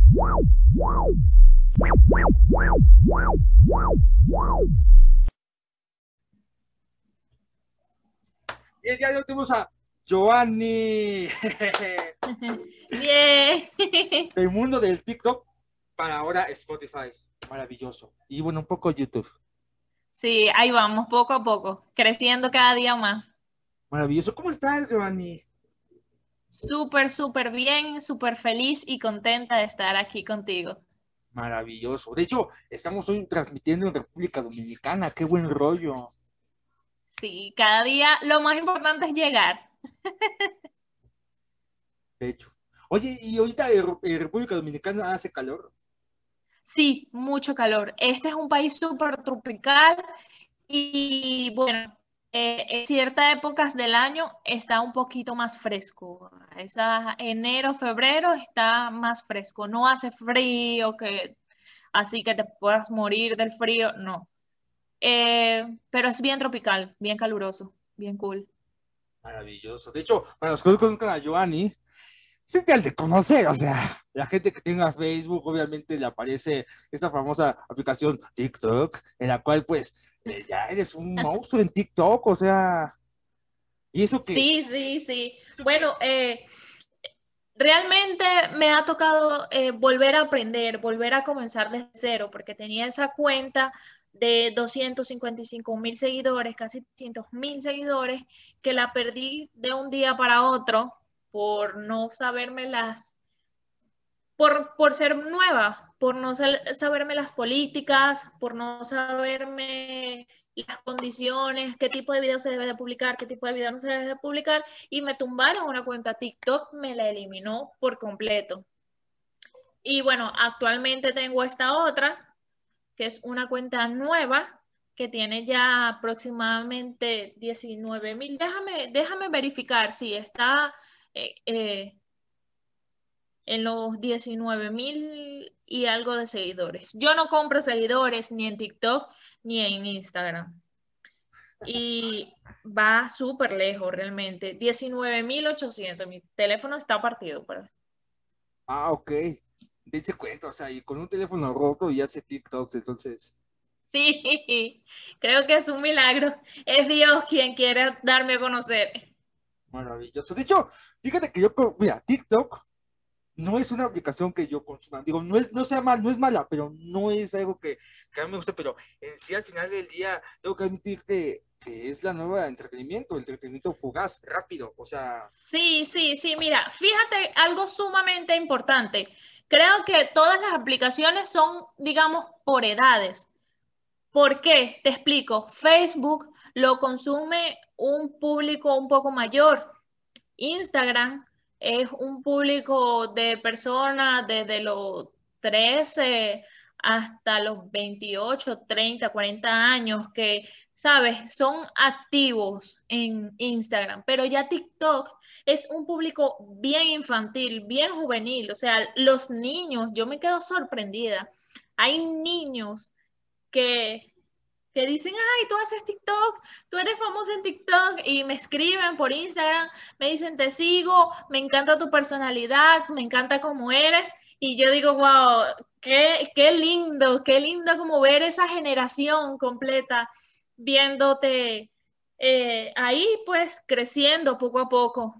Y el día de hoy tenemos a Giovanni. Bien. Del mundo del TikTok para ahora Spotify. Maravilloso. Y bueno, un poco YouTube. Sí, ahí vamos, poco a poco, creciendo cada día más. Maravilloso. ¿Cómo estás, Giovanni? Súper, súper bien, súper feliz y contenta de estar aquí contigo. Maravilloso. De hecho, estamos hoy transmitiendo en República Dominicana. Qué buen rollo. Sí, cada día lo más importante es llegar. De hecho. Oye, y ahorita en República Dominicana hace calor. Sí, mucho calor. Este es un país súper tropical y bueno, en ciertas épocas del año está un poquito más fresco. Enero, febrero está más fresco. No hace frío, así que te puedas morir del frío, no. Pero es bien tropical, bien caluroso, bien cool. Maravilloso. De hecho, para los que no conozcan a Giovanni, sí te han de conocer, o sea, la gente que tenga Facebook, obviamente le aparece esa famosa aplicación TikTok, en la cual pues ya eres un monstruo en TikTok, o sea, y eso que, Sí, sí, sí. eso que, Bueno, realmente me ha tocado volver a aprender, volver a comenzar de cero, porque tenía esa cuenta de 255.000 seguidores, casi 300.000 seguidores, que la perdí de un día para otro por no saberme por ser nueva, por no saberme las políticas, por no saberme las condiciones, qué tipo de video se debe de publicar, qué tipo de video no se debe de publicar, y me tumbaron una cuenta TikTok, me la eliminó por completo. Y bueno, actualmente tengo esta otra, que es una cuenta nueva, que tiene ya aproximadamente 19.000. Déjame verificar si está eh, eh, en los 19.000 y algo de seguidores. Yo no compro seguidores ni en TikTok ni en Instagram. Y va súper lejos realmente. 19.800. Mi teléfono está partido. Pero... ok, dense cuenta, o sea, y con un teléfono roto y hace TikToks, entonces, Sí, creo que es un milagro. Es Dios quien quiere darme a conocer. maravilloso. De hecho, fíjate que mira, TikTok no es una aplicación que yo consuma. Digo, no sea mal, no es mala, pero no es algo que a mí me guste. Pero en sí, al final del día, tengo que admitir que es la nueva entretenimiento, el entretenimiento fugaz, rápido. O sea, Sí, sí, sí, mira, fíjate algo sumamente importante. Creo que todas las aplicaciones son, digamos, por edades. ¿Por qué? Te explico. Facebook lo consume un público un poco mayor. Instagram es un público de personas desde los 13 hasta los 28, 30, 40 años que, sabes, son activos en Instagram. Pero ya TikTok es un público bien infantil, bien juvenil. O sea, los niños, yo me quedo sorprendida. Hay niños que dicen, ay, tú haces TikTok, tú eres famosa en TikTok, y me escriben por Instagram, me dicen, te sigo, me encanta tu personalidad, me encanta cómo eres, y yo digo, wow, qué lindo como ver esa generación completa viéndote ahí, pues, creciendo poco a poco.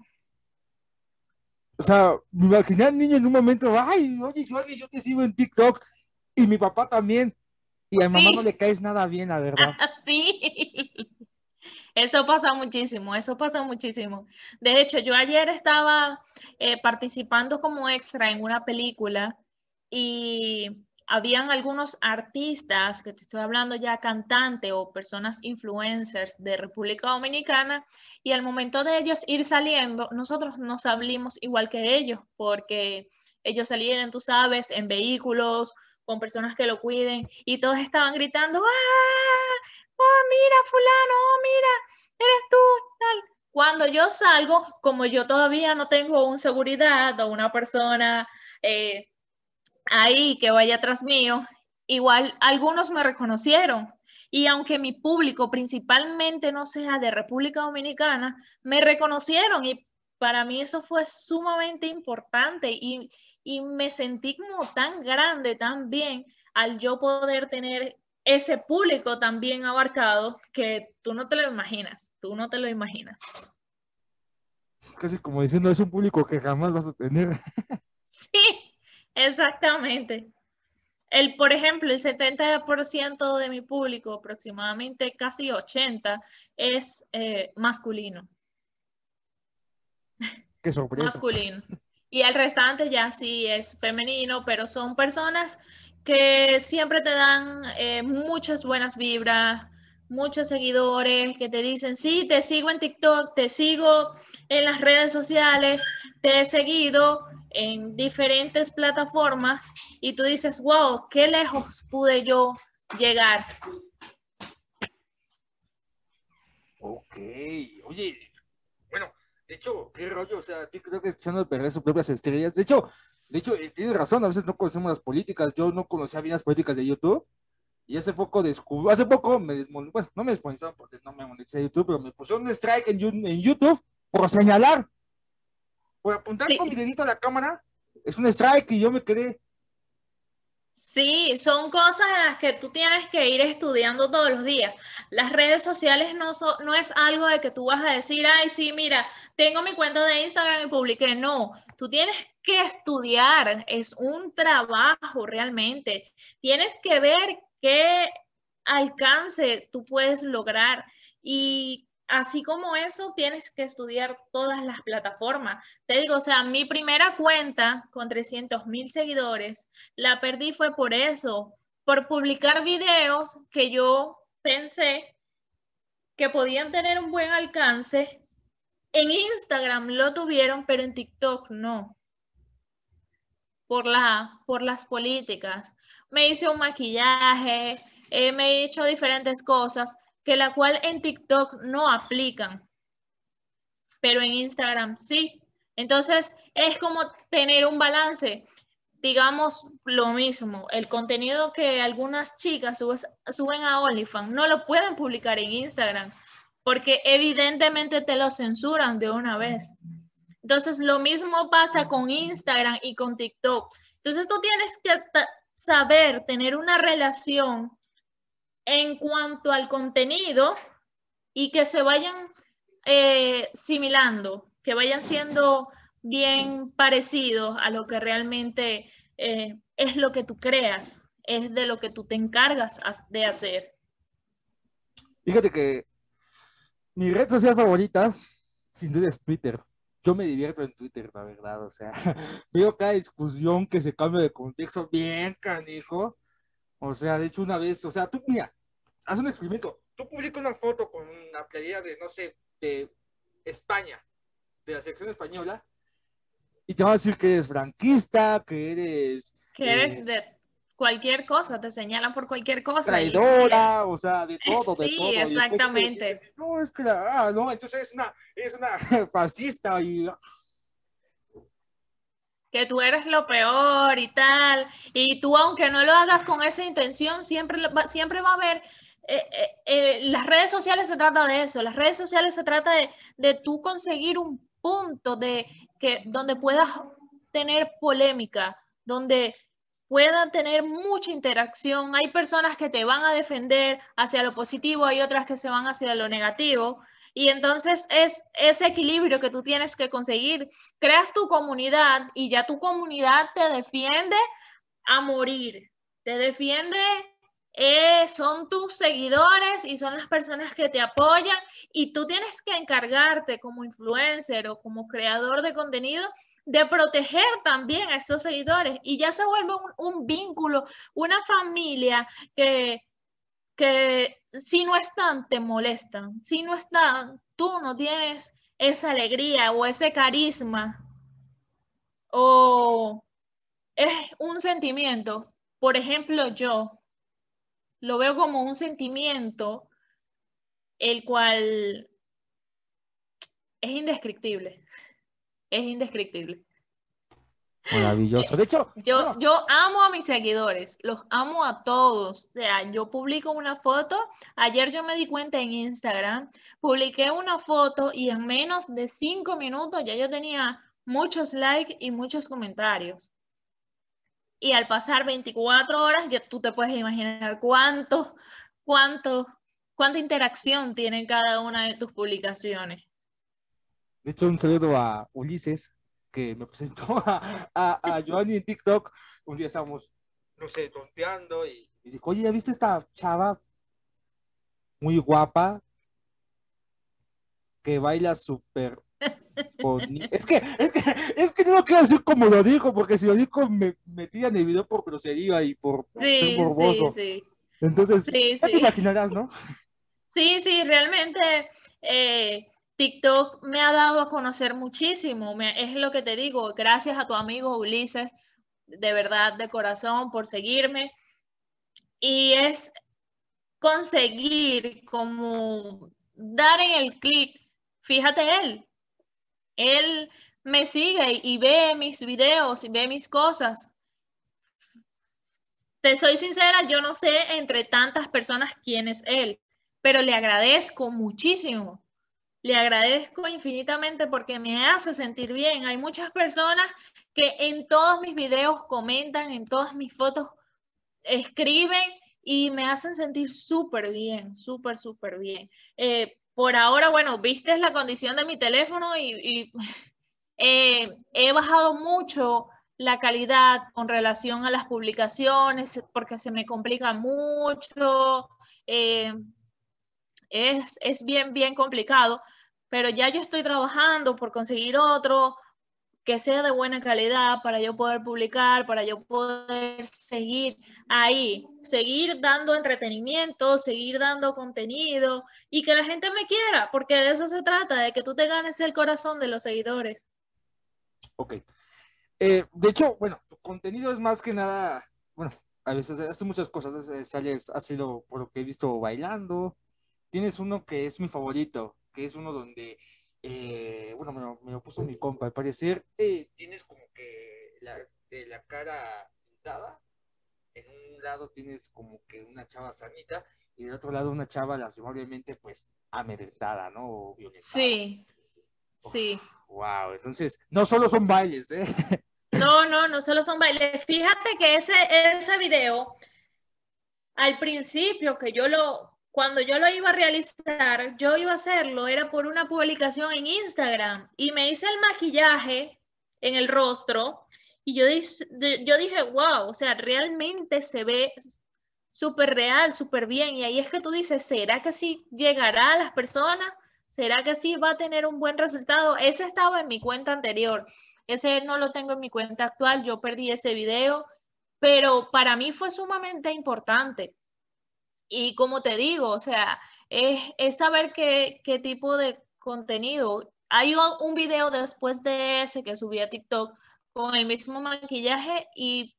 o sea, me imaginé al niño en un momento, ay, oye, Johnny, yo te sigo en TikTok y mi papá también. Y a mi mamá no Sí, le caes nada bien, la verdad. sí. Eso pasa muchísimo, eso pasa muchísimo. De hecho, yo ayer estaba participando como extra en una película y habían algunos artistas, que te estoy hablando ya cantantes o personas influencers de República Dominicana, y al momento de ellos ir saliendo, nosotros nos hablamos igual que ellos, porque ellos salieron, tú sabes, en vehículos, con personas que lo cuiden, y todos estaban gritando, ¡ah! ¡Oh, mira, fulano! ¡Oh, mira! Eres tú, tal. Cuando yo salgo, como yo todavía no tengo un seguridad o una persona eh, ahí que vaya tras mío, igual algunos me reconocieron. Y aunque mi público principalmente no sea de República Dominicana, me reconocieron para mí eso fue sumamente importante y me sentí como tan grande, tan bien, al yo poder tener ese público tan bien abarcado que tú no te lo imaginas, tú no te lo imaginas. Casi como diciendo, es un público que jamás vas a tener. Sí, exactamente. Por ejemplo, el 70% de mi público, aproximadamente casi 80, es masculino. Qué sorpresa. Masculino. Y el restante ya sí es femenino, pero son personas que siempre te dan muchas buenas vibras, muchos seguidores que te dicen, sí, te sigo en TikTok, te sigo en las redes sociales, te he seguido en diferentes plataformas y tú dices, wow, qué lejos pude yo llegar. Ok, oye, bueno, de hecho, qué rollo, o sea, a ti creo que echando a perder sus propias estrellas. De hecho, tienes razón, a veces no conocemos las políticas. Yo no conocía bien las políticas de YouTube y hace poco bueno, no me desmonetizaron porque no me monetizé YouTube, pero me pusieron un strike en YouTube por señalar, por apuntar con mi Sí, dedito a la cámara. Es un strike y yo me quedé. sí, son cosas en las que tú tienes que ir estudiando todos los días. Las redes sociales no es algo de que tú vas a decir, ay, sí, mira, tengo mi cuenta de Instagram y publiqué. No, tú tienes que estudiar, es un trabajo realmente. Tienes que ver qué alcance tú puedes lograr y así como eso, tienes que estudiar todas las plataformas. Te digo, o sea, mi primera cuenta con 300,000 seguidores la perdí fue por eso, por publicar videos que yo pensé que podían tener un buen alcance. En Instagram lo tuvieron, pero en TikTok no, por las políticas. Me hice un maquillaje, me he hecho diferentes cosas que la cual en TikTok no aplican, pero en Instagram sí. Entonces es como tener un balance. Digamos lo mismo, el contenido que algunas chicas suben a OnlyFans no lo pueden publicar en Instagram porque evidentemente te lo censuran de una vez. Entonces lo mismo pasa con Instagram y con TikTok. Entonces tú tienes que saber tener una relación en cuanto al contenido y que se vayan similando, que vayan siendo bien parecidos a lo que realmente es lo que tú creas, es de lo que tú te encargas de hacer. Fíjate que mi red social favorita, sin duda, es Twitter. Yo me divierto en Twitter, la verdad, o sea, veo cada discusión que se cambia de contexto bien canijo. O sea, de hecho, una vez, o sea, tú, mira, haz un experimento. Tú publicas una foto con una playera de, no sé, de España, de la selección española, y te van a decir que eres franquista, que eres Que eres de cualquier cosa, te señalan por cualquier cosa y sí, traidora, o sea, de todo, de sí, todo. Y después tú te defiendes exactamente. y, no, es que no, entonces es una fascista y Que tú eres lo peor y tal, y tú aunque no lo hagas con esa intención, siempre va a haber, las redes sociales se trata de eso, las redes sociales se trata de tú conseguir un punto donde puedas tener polémica, donde pueda tener mucha interacción. Hay personas que te van a defender hacia lo positivo, hay otras que se van hacia lo negativo. Y entonces es ese equilibrio que tú tienes que conseguir. Creas tu comunidad y ya tu comunidad te defiende a morir. Te defiende, son tus seguidores y son las personas que te apoyan y tú tienes que encargarte como influencer o como creador de contenido de proteger también a esos seguidores y ya se vuelve un vínculo, una familia que si no están, te molestan. Si no están, tú no tienes esa alegría o ese carisma o es un sentimiento. Por ejemplo, yo lo veo como un sentimiento el cual es indescriptible. Es indescriptible. Maravilloso. De hecho, bueno, Yo amo a mis seguidores, los amo a todos. O sea, yo publico una foto. Ayer yo me di cuenta en Instagram, publiqué una foto y en menos de 5 minutos ya yo tenía muchos likes y muchos comentarios. Y al pasar 24 horas, ya tú te puedes imaginar cuánto, cuánta interacción tiene cada una de tus publicaciones. de hecho, un saludo a Ulises, que me presentó a Giovanni en TikTok. Un día estábamos, no sé, tonteando y dijo, oye, ¿ya viste esta chava muy guapa que baila súper bonito? Es que no lo quiero decir como lo dijo, porque si lo dijo me tiran el video por grosería y por ser Sí, sí, morboso. sí, Entonces, sí, ya te sí. imaginarás, ¿no? Sí, sí, realmente TikTok me ha dado a conocer muchísimo. Es lo que te digo, gracias a tu amigo Ulises, de verdad, de corazón, por seguirme. Y es conseguir como dar en el clic. Fíjate él me sigue y ve mis videos y ve mis cosas. Te soy sincera, yo no sé entre tantas personas quién es él, pero le agradezco muchísimo. Le agradezco infinitamente porque me hace sentir bien. Hay muchas personas que en todos mis videos comentan, en todas mis fotos escriben y me hacen sentir súper bien, súper, súper bien. Por ahora, bueno, viste la condición de mi teléfono y he bajado mucho la calidad con relación a las publicaciones porque se me complica mucho. Eh, es bien, bien complicado, pero ya yo estoy trabajando por conseguir otro que sea de buena calidad para yo poder publicar, para yo poder seguir ahí, seguir dando entretenimiento, seguir dando contenido y que la gente me quiera, porque de eso se trata, de que tú te ganes el corazón de los seguidores. Ok. De hecho, bueno, tu contenido es más que nada, bueno, a veces hace muchas cosas, sales, has sido, por lo que he visto, bailando. Tienes uno que es mi favorito, que es uno donde, bueno, me lo puso mi compa, al parecer tienes como que la cara pintada, en un lado tienes como que una chava sanita y del otro lado una chava lastimablemente pues amedrentada, ¿no? O violentada. Sí, sí. Wow, entonces, no solo son bailes, ¿eh? No, no, no solo son bailes. Fíjate que ese video, al principio cuando yo lo iba a realizar, yo iba a hacerlo, era por una publicación en Instagram y me hice el maquillaje en el rostro y yo dije, wow, o sea, realmente se ve súper real, súper bien. Y ahí es que tú dices, ¿será que sí llegará a las personas? ¿Será que sí va a tener un buen resultado? Ese estaba en mi cuenta anterior. Ese no lo tengo en mi cuenta actual. Yo perdí ese video, pero para mí fue sumamente importante. Y como te digo, o sea, es saber qué tipo de contenido. Hay un video después de ese que subí a TikTok con el mismo maquillaje y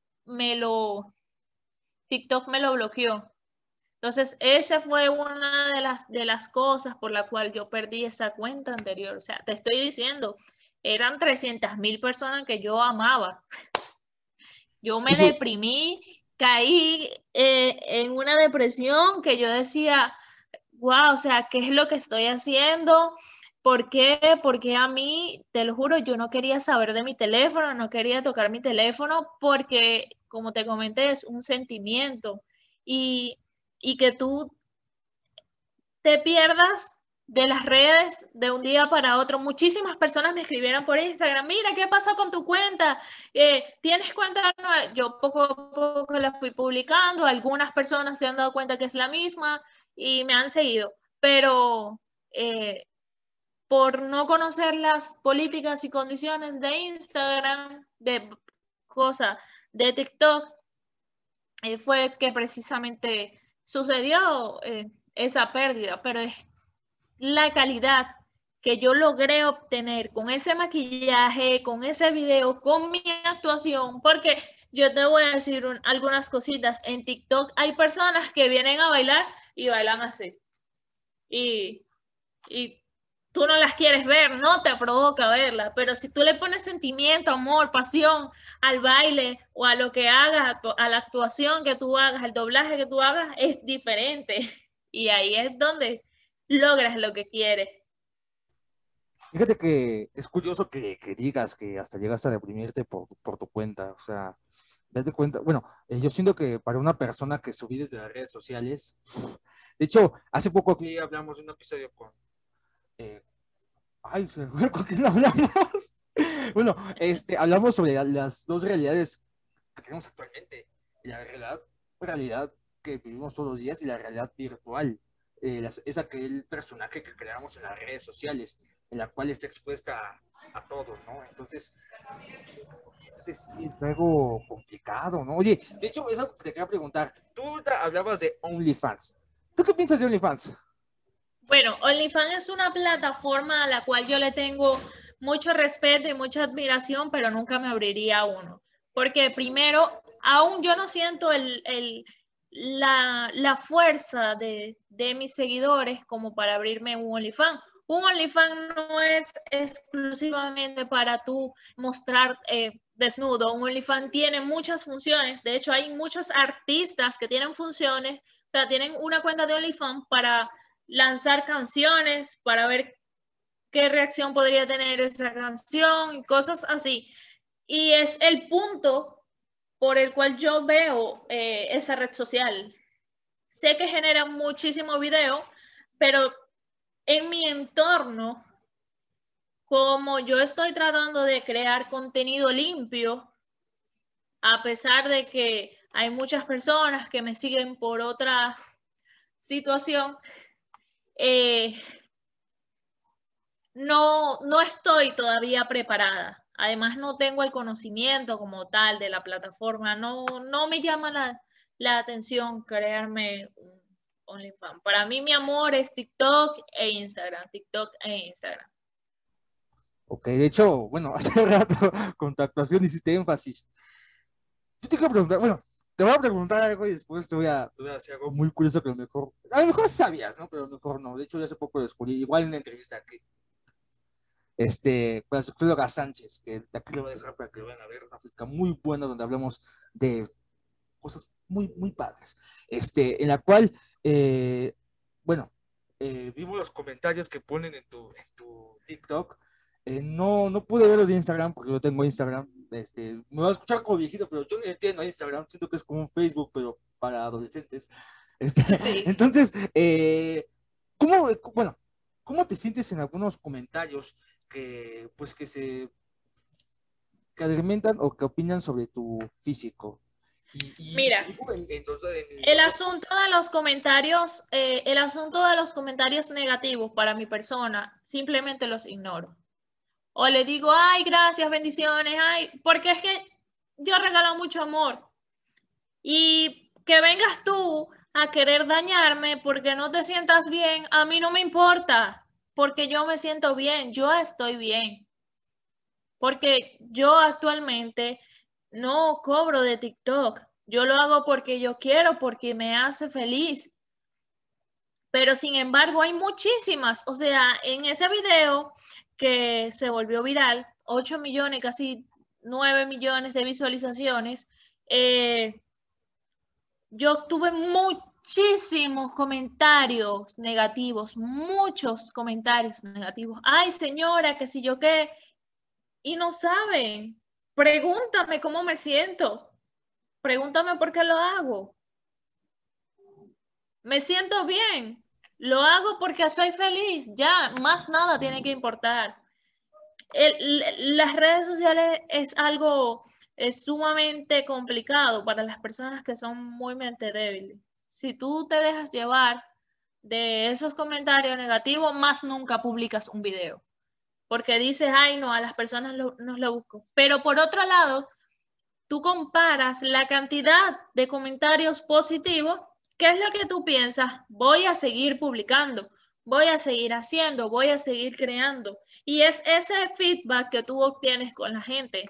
TikTok me lo bloqueó. Entonces, esa fue una de las cosas por la cual yo perdí esa cuenta anterior. O sea, te estoy diciendo, eran 300.000 personas que yo amaba. Yo me Oye, deprimí, caí en una depresión que yo decía, wow, o sea, ¿qué es lo que estoy haciendo? ¿Por qué? Porque a mí, te lo juro, yo no quería saber de mi teléfono, no quería tocar mi teléfono porque, como te comenté, es un sentimiento. Y, y que tú te pierdas de las redes de un día para otro. Muchísimas personas me escribieron por Instagram, mira, ¿qué pasó con tu cuenta? ¿Tienes cuenta nueva? Yo poco a poco la fui publicando, algunas personas se han dado cuenta que es la misma y me han seguido, pero eh, por no conocer las políticas y condiciones de Instagram, de cosas, de TikTok, fue que precisamente sucedió esa pérdida, pero es la calidad que yo logré obtener con ese maquillaje, con ese video, con mi actuación, porque yo te voy a decir algunas cositas. En TikTok hay personas que vienen a bailar y bailan así. Y, y tú no las quieres ver, no te provoca verlas, pero si tú le pones sentimiento, amor, pasión al baile o a lo que hagas, a la actuación que tú hagas, al doblaje que tú hagas, es diferente. Y ahí es donde logras lo que quieres. Fíjate que es curioso que digas que hasta llegas a deprimirte por tu cuenta, o sea, date cuenta, bueno, yo siento que para una persona que subí desde las redes sociales, de hecho, hace poco aquí hablamos de un episodio con, eh, ay, se me fue con quién hablamos. Bueno, hablamos sobre las dos realidades que tenemos actualmente, la realidad que vivimos todos los días y la realidad virtual. Es aquel personaje que creamos en las redes sociales, en la cual está expuesta a todo, ¿no? Entonces sí es algo complicado, ¿no? Oye, de hecho, eso te quería preguntar. Tú hablabas de OnlyFans. ¿Tú qué piensas de OnlyFans? Bueno, OnlyFans es una plataforma a la cual yo le tengo mucho respeto y mucha admiración, pero nunca me abriría uno. Porque primero, aún yo no siento la fuerza de mis seguidores como para abrirme un OnlyFans. Un OnlyFans no es exclusivamente para tú mostrar desnudo. Un OnlyFans tiene muchas funciones. De hecho, hay muchos artistas que tienen funciones, o sea, tienen una cuenta de OnlyFans para lanzar canciones, para ver qué reacción podría tener esa canción, cosas así. Y es el punto por el cual yo veo esa red social. Sé que genera muchísimo video, pero en mi entorno, como yo estoy tratando de crear contenido limpio, a pesar de que hay muchas personas que me siguen por otra situación, eh, no estoy todavía preparada. Además, no tengo el conocimiento como tal de la plataforma. No me llama la atención crearme un OnlyFans. Para mí, mi amor es TikTok e Instagram. TikTok e Instagram. Ok, de hecho, bueno, hace rato con tu actuación hiciste énfasis. Yo te quiero preguntar, bueno, te voy a preguntar algo y después te voy a decir algo muy curioso que a lo mejor sabías, ¿no? Pero a lo mejor no. De hecho, yo hace poco descubrí, igual en una entrevista que, con la psicóloga Sánchez, que de aquí lo voy a dejar para que lo vayan a ver, una plática muy buena donde hablamos de cosas muy, muy padres, en la cual, bueno, vimos los comentarios que ponen en tu TikTok. No pude verlos de Instagram porque yo tengo Instagram. Me va a escuchar como viejito, pero yo no entiendo Instagram. Siento que es como un Facebook, pero para adolescentes. Este, Sí. entonces, ¿cómo, bueno, ¿cómo te sientes en algunos comentarios pues, que alimentan o que opinan sobre tu físico? Mira, Entonces, el asunto de los comentarios negativos para mi persona, simplemente los ignoro. O le digo, ay, gracias, bendiciones, ay, porque es que yo regalo mucho amor. Y que vengas tú a querer dañarme porque no te sientas bien, a mí no me importa, porque yo me siento bien, yo estoy bien. Porque yo actualmente no cobro de TikTok. Yo lo hago porque yo quiero, porque me hace feliz. Pero sin embargo, hay muchísimas. O sea, en ese video que se volvió viral, 8 millones, casi 9 millones de visualizaciones, yo tuve muchísimos comentarios negativos, muchos comentarios negativos. Ay, señora, que si yo qué, y no saben. Pregúntame cómo me siento. Pregúntame por qué lo hago. Me siento bien. Lo hago porque soy feliz. Ya, más nada tiene que importar. Las redes sociales es algo sumamente complicado para las personas que son muy mente débiles. Si tú te dejas llevar de esos comentarios negativos, más nunca publicas un video. Porque dices, ay, no, a las personas no lo busco. Pero por otro lado, tú comparas la cantidad de comentarios positivos, ¿qué es lo que tú piensas? Voy a seguir publicando, voy a seguir haciendo, voy a seguir creando. Y es ese feedback que tú obtienes con la gente.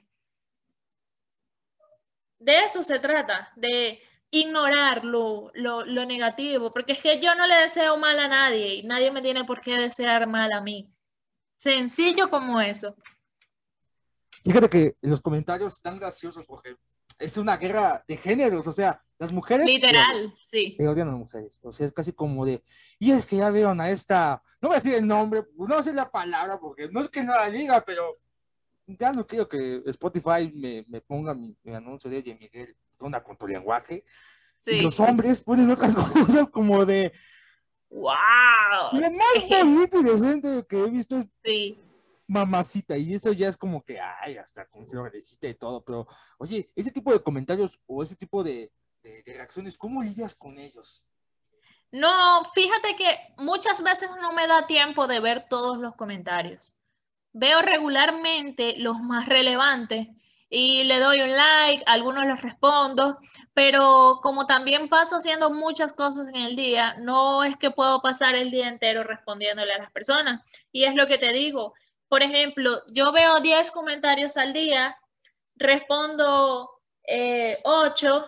De eso se trata, de ignorar lo negativo, porque es que yo no le deseo mal a nadie y nadie me tiene por qué desear mal a mí. Sencillo como eso. Fíjate que los comentarios están graciosos porque es una guerra de géneros, o sea, las mujeres Literal, sí. odian a las mujeres, o sea, es casi como de, y es que ya vieron a esta, no voy a decir el nombre, no voy a decir la palabra porque no es que no la diga, pero ya no quiero que Spotify me ponga mi anuncio de Oye Miguel, una con tu lenguaje, y los Sí. hombres ponen otras cosas como de, ¡Wow! lo más bonito y decente que he visto es Sí. mamacita, y eso ya es como que, ay, hasta con florecita y todo, pero, oye, ese tipo de comentarios o ese tipo de reacciones, ¿cómo lidias con ellos? No, fíjate que muchas veces no me da tiempo de ver todos los comentarios. Veo regularmente los más relevantes y le doy un like, algunos los respondo, pero como también paso haciendo muchas cosas en el día, no es que puedo pasar el día entero respondiéndole a las personas. Y es lo que te digo. Por ejemplo, yo veo 10 comentarios al día, respondo 8,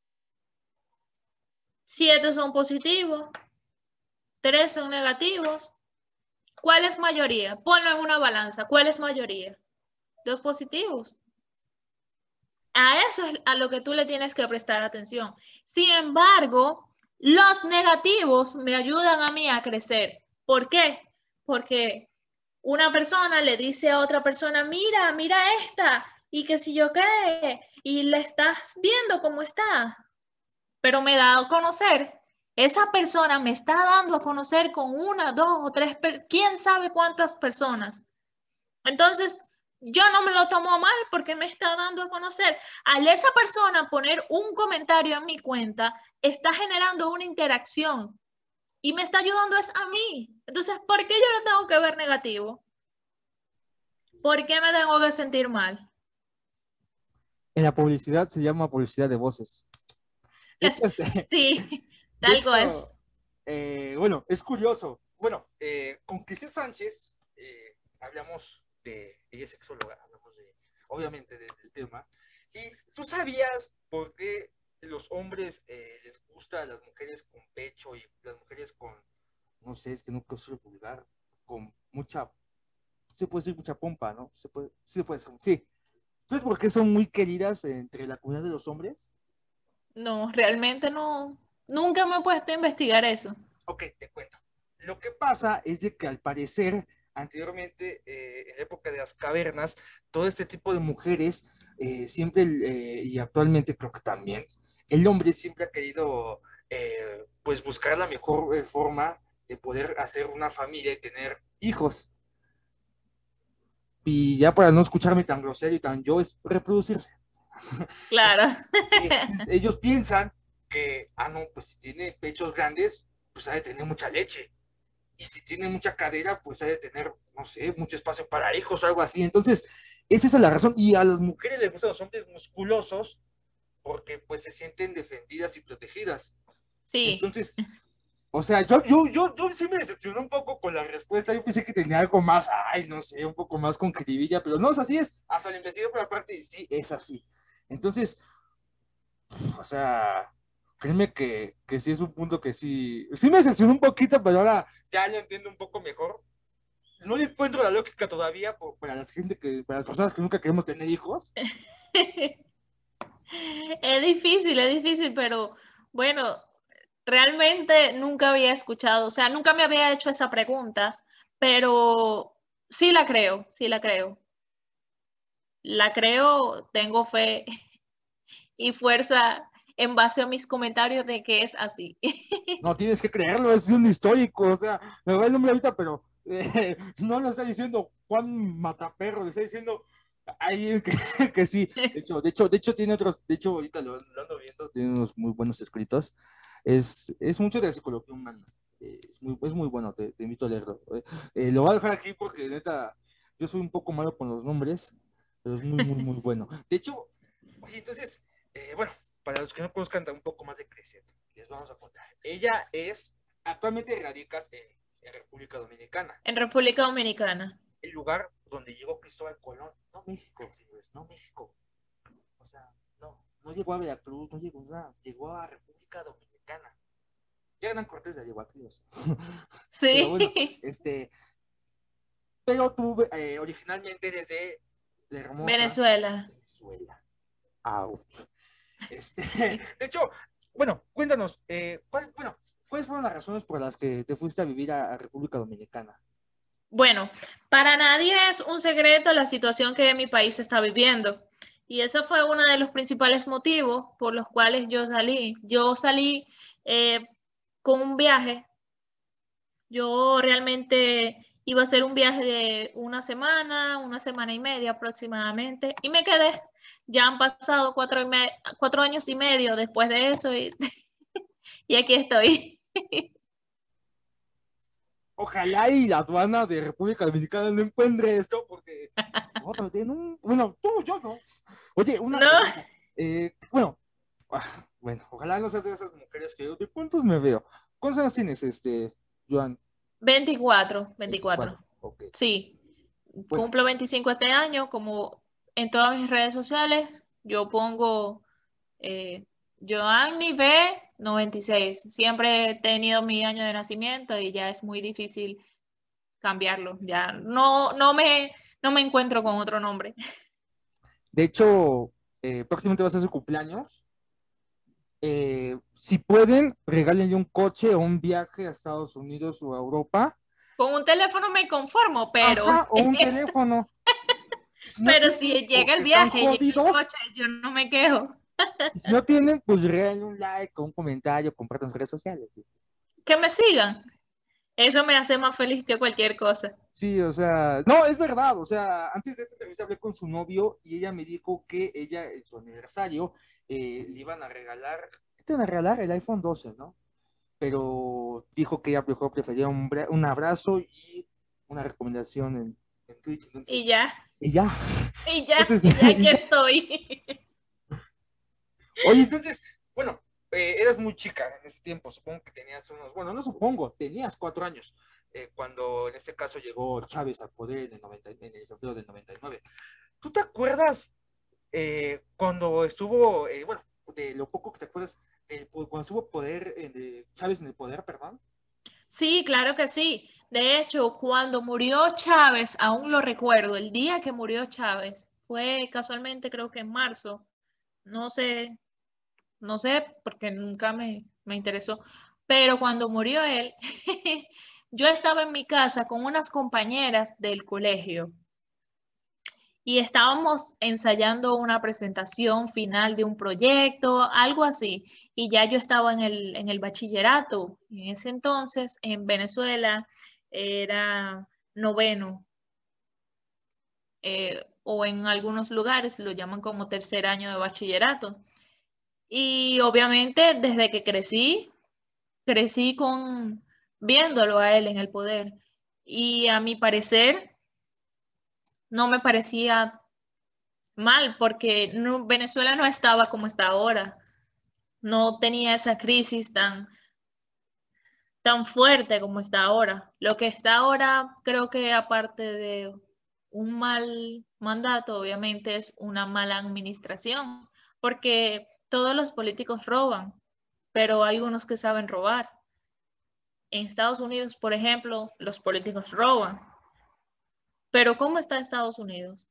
7 son positivos, 3 son negativos. ¿Cuál es mayoría? Ponlo en una balanza. ¿Cuál es mayoría? Los positivos. A eso es a lo que tú le tienes que prestar atención. Sin embargo, los negativos me ayudan a mí a crecer. ¿Por qué? Porque una persona le dice a otra persona, mira, mira esta, y que si yo qué, y le estás viendo cómo está, pero me da a conocer, esa persona me está dando a conocer con una, dos o tres, quién sabe cuántas personas. Entonces, yo no me lo tomo mal porque me está dando a conocer. Al esa persona poner un comentario en mi cuenta, está generando una interacción y me está ayudando es a mí. Entonces, ¿por qué yo lo tengo que ver negativo? ¿Por qué me tengo que sentir mal? En la publicidad se llama publicidad de voces. De hecho, Sí, de tal cual. hecho bueno, es curioso. Bueno, con Cristian Sánchez hablamos de, ella es sexóloga, hablamos de, obviamente, del tema. Y tú sabías por qué los hombres les gusta a las mujeres con pecho y las mujeres con, no sé, es que no quiero ser vulgar, con mucha, se puede decir mucha pompa, ¿no? Se puede decir, sí. ¿Sabes por qué son muy queridas entre la comunidad de los hombres? No, realmente no. Nunca me he puesto a investigar eso. Ok, te cuento. Lo que pasa es de que al parecer, anteriormente, en la época de las cavernas, todo este tipo de mujeres, siempre, y actualmente creo que también, el hombre siempre ha querido, pues, buscar la mejor forma de poder hacer una familia y tener hijos. Y ya para no escucharme tan grosero y tan yo, es reproducirse. Claro. Ellos piensan que, no, pues si tiene pechos grandes, pues ha de tener mucha leche. Y si tiene mucha cadera, pues ha de tener, no sé, mucho espacio para hijos o algo así. Entonces, esa es la razón. Y a las mujeres les gustan los hombres musculosos porque pues se sienten defendidas y protegidas. Sí. Entonces, o sea, yo sí me decepcioné un poco con la respuesta. Yo pensé que tenía algo más, ay, no sé, un poco más con creatividad, pero no, es así es. Hasta lo investigué por aparte y sí, es así. Entonces, o sea, créeme que sí es un punto que sí me decepcionó un poquito, pero ahora ya lo entiendo un poco mejor. No le encuentro la lógica todavía para la gente para las personas que nunca queremos tener hijos. Es difícil, pero bueno, realmente nunca había escuchado, o sea, nunca me había hecho esa pregunta, pero sí la creo, sí la creo. La creo, tengo fe y fuerza en base a mis comentarios de que es así. No tienes que creerlo, es un histórico. O sea, me va el nombre ahorita, pero no lo está diciendo Juan Mataperro, le está diciendo alguien que sí. De hecho, tiene otros, de hecho, ahorita lo ando viendo, tiene unos muy buenos escritos. Es mucho de la psicología humana. Es muy bueno, te invito a leerlo. Lo voy a dejar aquí porque, neta, yo soy un poco malo con los nombres, pero es muy, muy, muy bueno. De hecho, oye, entonces, bueno, para los que no conozcan un poco más de Crescent, les vamos a contar. Ella actualmente radica en República Dominicana, En República Dominicana. el lugar donde llegó Cristóbal Colón, no México, señores, no México. O sea, no llegó a Veracruz, no llegó nada, llegó a República Dominicana. Ya Hernán Cortés ya llegó a Crios. Pero bueno, Sí. pero tú originalmente eres de la hermosa Venezuela. Venezuela. Ouch. De hecho, bueno, cuéntanos, bueno, ¿cuáles fueron las razones por las que te fuiste a vivir a República Dominicana? Bueno, para nadie es un secreto la situación que mi país está viviendo. Y ese fue uno de los principales motivos por los cuales yo salí. Yo salí eh, con un viaje. Yo realmente iba a hacer un viaje de una semana y media aproximadamente, y me quedé. Ya han pasado 4 años y medio después de eso y aquí estoy. Ojalá y la aduana de República Dominicana no encuentre esto, porque no, tienen bueno, tú, yo no. Oye, una No, pregunta. Bueno, bueno, ojalá no seas de esas mujeres que yo, ¿de cuántos me veo? ¿Cuántos años tienes, Joan? 24, 24. 24. Ok. Sí, Bueno, cumplo 25 este año, como en todas mis redes sociales, yo pongo eh, Joanny B 96. Siempre he tenido mi año de nacimiento y ya es muy difícil cambiarlo. Ya no me encuentro con otro nombre. de hecho, próximamente va a ser su cumpleaños. Si pueden, regálenle un coche o un viaje a Estados Unidos o a Europa. Con un teléfono me conformo, pero, Ajá, o un teléfono. Si no pero tienen, si llega el porque están viaje y llega el jodidos. coche, yo no me quejo. Y si no tienen, pues regálenle un like o un comentario, compartan sus redes sociales. ¿Sí? Que me sigan. Eso me hace más feliz que cualquier cosa. Sí, o sea, no, es verdad, o sea, antes de esta entrevista hablé con su novio y ella me dijo que ella en su aniversario le iban a regalar, ¿qué te van a regalar? El iPhone 12, ¿no? Pero dijo que ella mejor prefería un abrazo y una recomendación en Twitch, Y entonces, ya, y ya, y ya, entonces, y ya y aquí ya. estoy. Oye, entonces, bueno, eras muy chica en ese tiempo, supongo que tenías unos, bueno, no supongo, tenías 4 años, cuando en este caso llegó Chávez al poder en el febrero del 99. ¿Tú te acuerdas cuando estuvo, bueno, de lo poco que te acuerdas, cuando estuvo poder, de Chávez en el poder, perdón? Sí, claro que sí. De hecho, cuando murió Chávez, aún lo recuerdo, el día que murió Chávez, fue casualmente creo que en marzo, no sé, no sé, porque nunca me interesó, pero cuando murió él, yo estaba en mi casa con unas compañeras del colegio y estábamos ensayando una presentación final de un proyecto, algo así, y ya yo estaba en el bachillerato. En ese entonces, en Venezuela, era noveno, o en algunos lugares lo llaman como tercer año de bachillerato. Y obviamente, desde que crecí con viéndolo a él en el poder. Y a mi parecer, no me parecía mal, porque Venezuela no estaba como está ahora, no tenía esa crisis tan fuerte como está ahora. Lo que está ahora, creo que aparte de un mal mandato, obviamente es una mala administración, porque todos los políticos roban, pero hay unos que saben robar. En Estados Unidos, por ejemplo, los políticos roban, pero ¿cómo está Estados Unidos?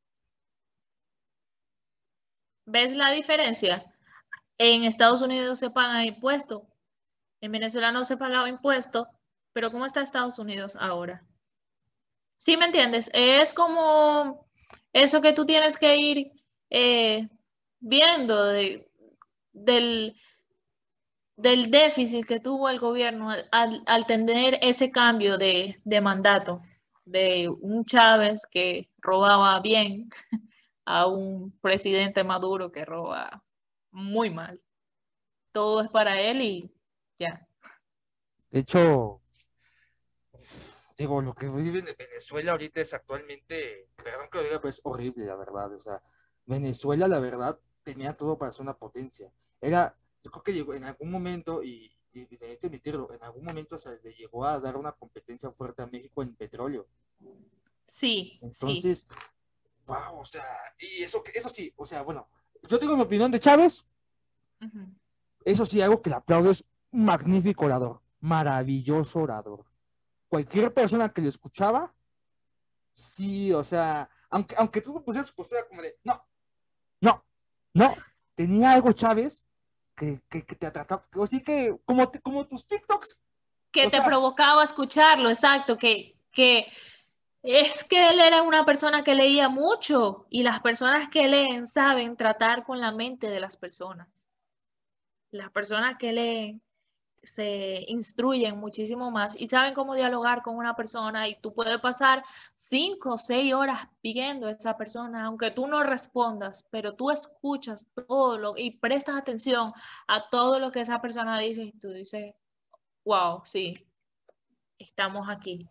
¿Ves la diferencia? En Estados Unidos se paga impuestos. En Venezuela no se pagaba impuestos, pero ¿cómo está Estados Unidos ahora? ¿Sí me entiendes? Es como eso que tú tienes que ir eh, viendo del, del déficit que tuvo el gobierno al tener ese cambio de mandato de un Chávez que robaba bien a un presidente Maduro que roba muy mal. Todo es para él y ya. De hecho, digo, lo que viven en Venezuela ahorita es actualmente, perdón que lo diga, pero es horrible, la verdad. O sea, Venezuela, la verdad, tenía todo para ser una potencia. Yo creo que llegó en algún momento, y hay que admitirlo, en algún momento se le llegó a dar una competencia fuerte a México en petróleo. Sí, sí. Entonces, wow, o sea, y eso sí, o sea, bueno, yo tengo mi opinión de Chávez, Ujú. eso sí, algo que le aplaudo es un magnífico orador, maravilloso orador. Cualquier persona que lo escuchaba Sí, o sea, aunque tú pusieras su postura como de, no, no, no, tenía algo Chávez que te atrapaba, así que, como tus TikToks, Que o te sea, provocaba escucharlo, exacto, que es que él era una persona que leía mucho y las personas que leen saben tratar con la mente de las personas. Las personas que leen se instruyen muchísimo más y saben cómo dialogar con una persona y tú puedes pasar 5 o 6 horas viendo a esa persona, aunque tú no respondas, pero tú escuchas todo lo y prestas atención a todo lo que esa persona dice y tú dices, wow, sí, estamos aquí.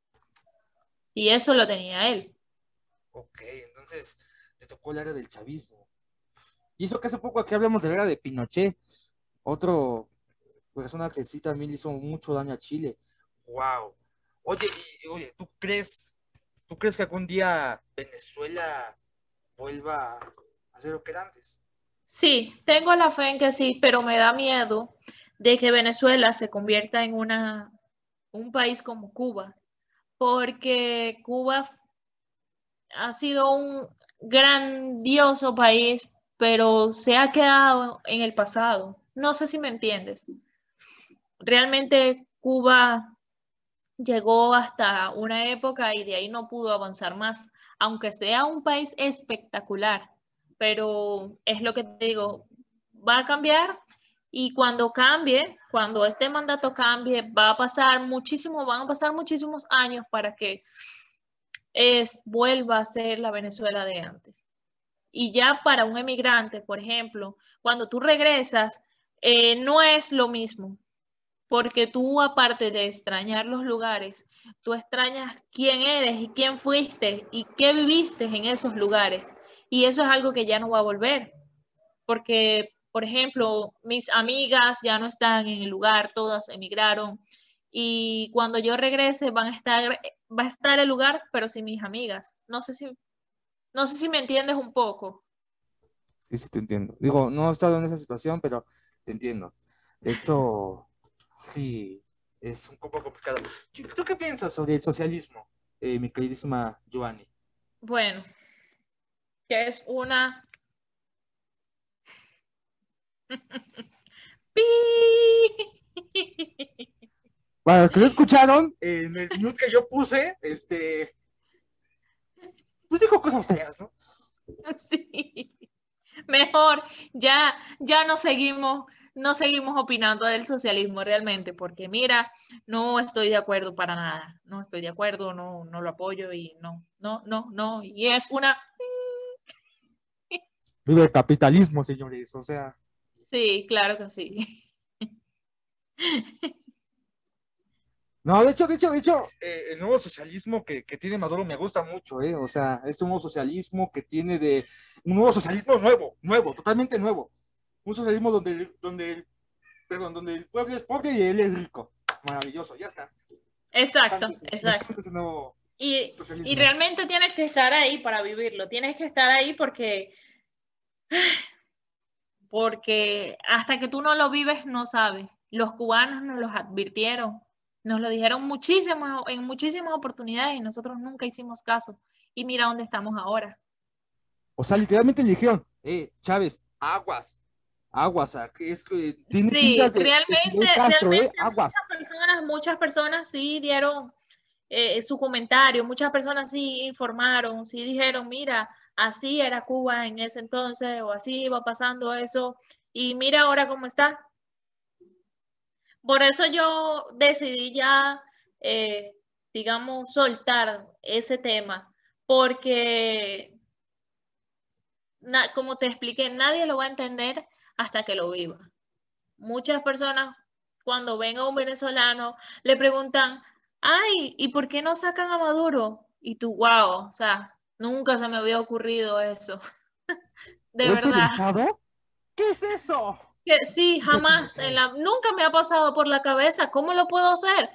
Y eso lo tenía él. ok, entonces te tocó el área del chavismo. Y eso que hace poco aquí hablamos de la era de Pinochet, otro persona que sí también hizo mucho daño a Chile. Wow. Oye, oye, tú crees que algún día Venezuela vuelva a ser lo que era antes? Sí, tengo la fe en que sí, pero me da miedo de que Venezuela se convierta en un país como Cuba, porque Cuba ha sido un grandioso país, pero se ha quedado en el pasado. No sé si me entiendes. Realmente Cuba llegó hasta una época y de ahí no pudo avanzar más, aunque sea un país espectacular, pero es lo que te digo, va a cambiar y cuando cambie, cuando este mandato cambie, van a pasar muchísimos años para que vuelva a ser la Venezuela de antes. Y ya para un emigrante, por ejemplo, cuando tú regresas, no es lo mismo, porque tú aparte de extrañar los lugares, tú extrañas quién eres y quién fuiste y qué viviste en esos lugares. Y eso es algo que ya no va a volver, porque, por ejemplo, mis amigas ya no están en el lugar, todas emigraron. Y cuando yo regrese va a estar el lugar, pero sin mis amigas. No sé si me entiendes un poco. Sí, sí, te entiendo. Digo, no he estado en esa situación, pero te entiendo. De hecho, sí, es un poco complicado. ¿Tú qué piensas sobre el socialismo, mi queridísima Giovanni? Bueno, que es una... ¡Pi! Para los que no escucharon, en el mute que yo puse, pues dijo cosas feas, ¿no? Sí. Mejor, ya no seguimos opinando del socialismo realmente, porque mira, no estoy de acuerdo para nada, no estoy de acuerdo, no lo apoyo y no, y es una, Vive el capitalismo, señores, o sea. sí, claro que sí. No, el nuevo socialismo que tiene Maduro me gusta mucho, ¿eh? O sea, este nuevo socialismo que tiene un nuevo socialismo nuevo, totalmente nuevo. Un socialismo donde el pueblo es pobre y él es rico. Maravilloso, ya está. Exacto, Me encanta exacto. ese nuevo Y socialismo. realmente tienes que estar ahí para vivirlo, tienes que estar ahí porque hasta que tú no lo vives no sabes. Los cubanos nos los advirtieron, nos lo dijeron en muchísimas oportunidades y nosotros nunca hicimos caso. Y mira dónde estamos ahora. O sea, literalmente le dijeron, Chávez, aguas, que es que tiene Sí, pintas de Fidel Castro, realmente aguas. muchas personas sí dieron su comentario, muchas personas sí informaron, sí dijeron, mira, así era Cuba en ese entonces o así iba pasando eso y mira ahora cómo está. Por eso yo decidí ya, eh, digamos, soltar ese tema, porque, como te expliqué, nadie lo va a entender hasta que lo viva. Muchas personas, cuando ven a un venezolano, le preguntan, ay, ¿y por qué no sacan a Maduro? Y tú, wow, o sea, nunca se me había ocurrido eso, de ¿Golpe de verdad. Estado? ¿Qué es eso? Que sí, Dice jamás, Pinochet. nunca me ha pasado por la cabeza, ¿cómo lo puedo hacer?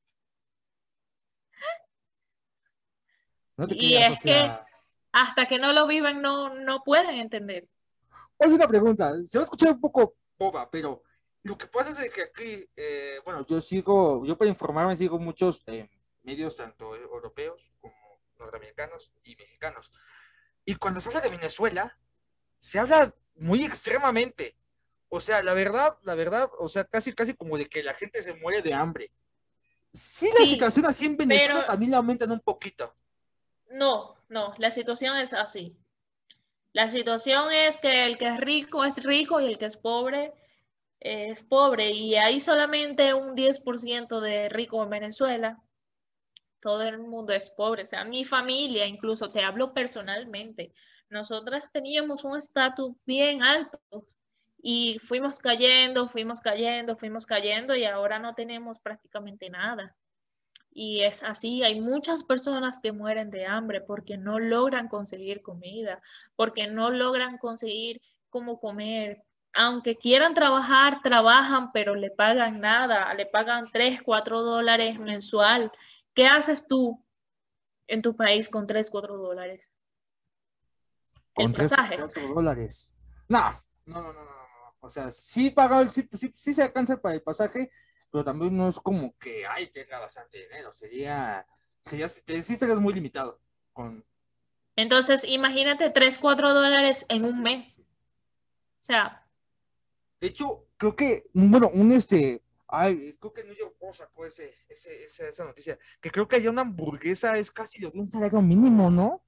No te Y creas, o es que sea. hasta que no lo viven no pueden entender. Oye, una pregunta, se va a escuchar un poco boba, pero lo que pasa es que aquí, bueno, yo para informarme sigo muchos medios tanto europeos como norteamericanos y mexicanos. Y cuando se habla de Venezuela, se habla muy extremadamente. O sea, la verdad, o sea, casi, casi como de que la gente se muere de hambre. Sí, la Sí, situación así en pero Venezuela también la aumentan un poquito. no, la situación es así. La situación es que el que es rico y el que es pobre. Y hay solamente un 10% de ricos en Venezuela. Todo el mundo es pobre. O sea, mi familia, incluso te hablo personalmente. Nosotras teníamos un estatus bien alto y fuimos cayendo, fuimos cayendo, fuimos cayendo y ahora no tenemos prácticamente nada. Y es así, hay muchas personas que mueren de hambre porque no logran conseguir comida, porque no logran conseguir cómo comer. Aunque quieran trabajar, trabajan, pero le pagan nada, le pagan 3, 4 dólares mensual. ¿Qué haces tú en tu país con 3, 4 dólares? El Con 3 o pasaje. 4 dólares. No, no, no, no, no, no. O sea, sí paga, sí, sí, sí se alcanza para el pasaje, pero también no es como que, ay, tenga bastante dinero. Sí serías muy limitado. Con, Entonces, imagínate 3, 4 dólares en un mes. O sea, de hecho, creo que, bueno, ay, creo que New York Post sacó esa noticia, que creo que allá una hamburguesa es casi lo de un salario mínimo, ¿no?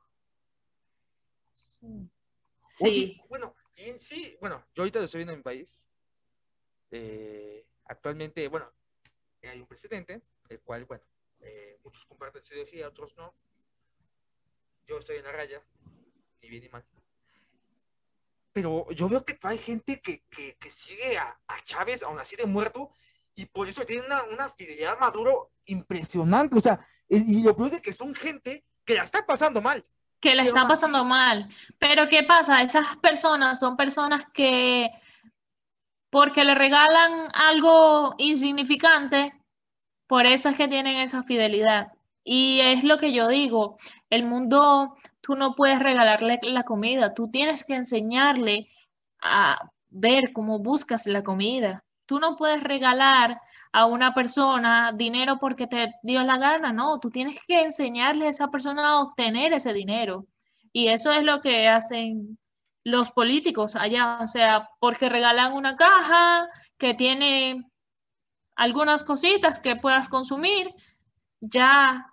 Oye, sí. bueno, y en sí, bueno, yo ahorita lo estoy viendo en mi país. Actualmente, bueno, hay un presidente, el cual, bueno, muchos comparten su ideología, otros no. Yo estoy en la raya, ni bien ni mal. Pero yo veo que hay gente que sigue a Chávez, aún así de muerto, y por eso tiene una fidelidad a Maduro impresionante. O sea, y lo peor es de que son gente que la está pasando mal. Que le Y aún está pasando así, mal. Pero ¿qué pasa? Esas personas son personas que porque le regalan algo insignificante, por eso es que tienen esa fidelidad. Y es lo que yo digo, el mundo, tú no puedes regalarle la comida, tú tienes que enseñarle a ver cómo buscas la comida. Tú no puedes regalar a una persona dinero porque te dio la gana, no, tú tienes que enseñarle a esa persona a obtener ese dinero. Y eso es lo que hacen los políticos allá, o sea, porque regalan una caja que tiene algunas cositas que puedas consumir, ya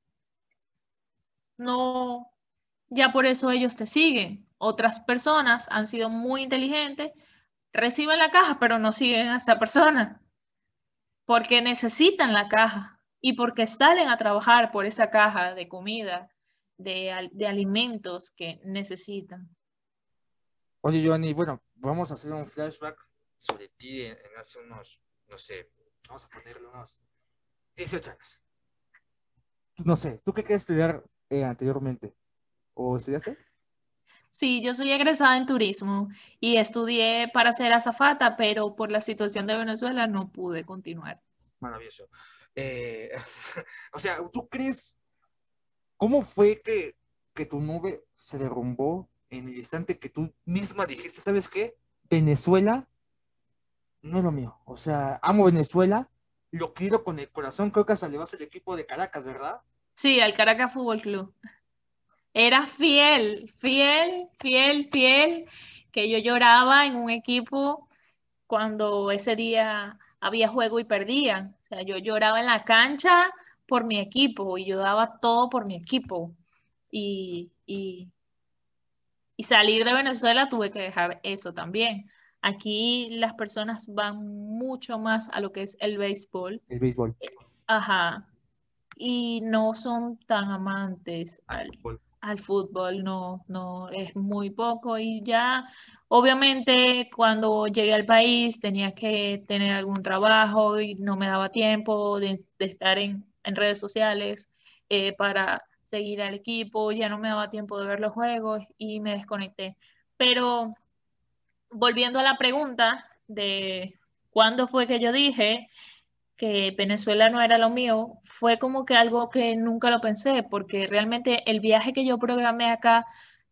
no, ya por eso ellos te siguen. Otras personas han sido muy inteligentes, reciben la caja, pero no siguen a esa persona porque necesitan la caja y porque salen a trabajar por esa caja de comida, de alimentos que necesitan. oye, Johnny, bueno, vamos a hacer un flashback sobre ti en hace unos, no sé, vamos a ponerle unos 18 años. No sé, ¿tú qué quieres estudiar anteriormente? ¿O estudiaste? Sí, yo soy egresada en turismo y estudié para ser azafata, pero por la situación de Venezuela no pude continuar. Maravilloso. Eh, o sea, ¿tú crees cómo fue que tu nube se derrumbó en el instante que tú misma dijiste, ¿sabes qué? Venezuela no es lo mío. O sea, amo Venezuela, lo quiero con el corazón, creo que hasta le vas al equipo de Caracas, ¿verdad? Sí, al Caracas Fútbol Club. Era fiel, fiel, fiel, fiel, que yo lloraba en un equipo cuando ese día había juego y perdían. O sea, yo lloraba en la cancha por mi equipo y yo daba todo por mi equipo. Y, y, y salir de Venezuela tuve que dejar eso también. Aquí las personas van mucho más a lo que es el béisbol. El béisbol, Ajá. Y no son tan amantes al fútbol. al fútbol, no, no, es muy poco y ya, obviamente cuando llegué al país tenía que tener algún trabajo y no me daba tiempo de estar en redes sociales para seguir al equipo, ya no me daba tiempo de ver los juegos y me desconecté. Pero volviendo a la pregunta de cuándo fue que yo dije que Venezuela no era lo mío, fue como que algo que nunca lo pensé, porque realmente el viaje que yo programé acá,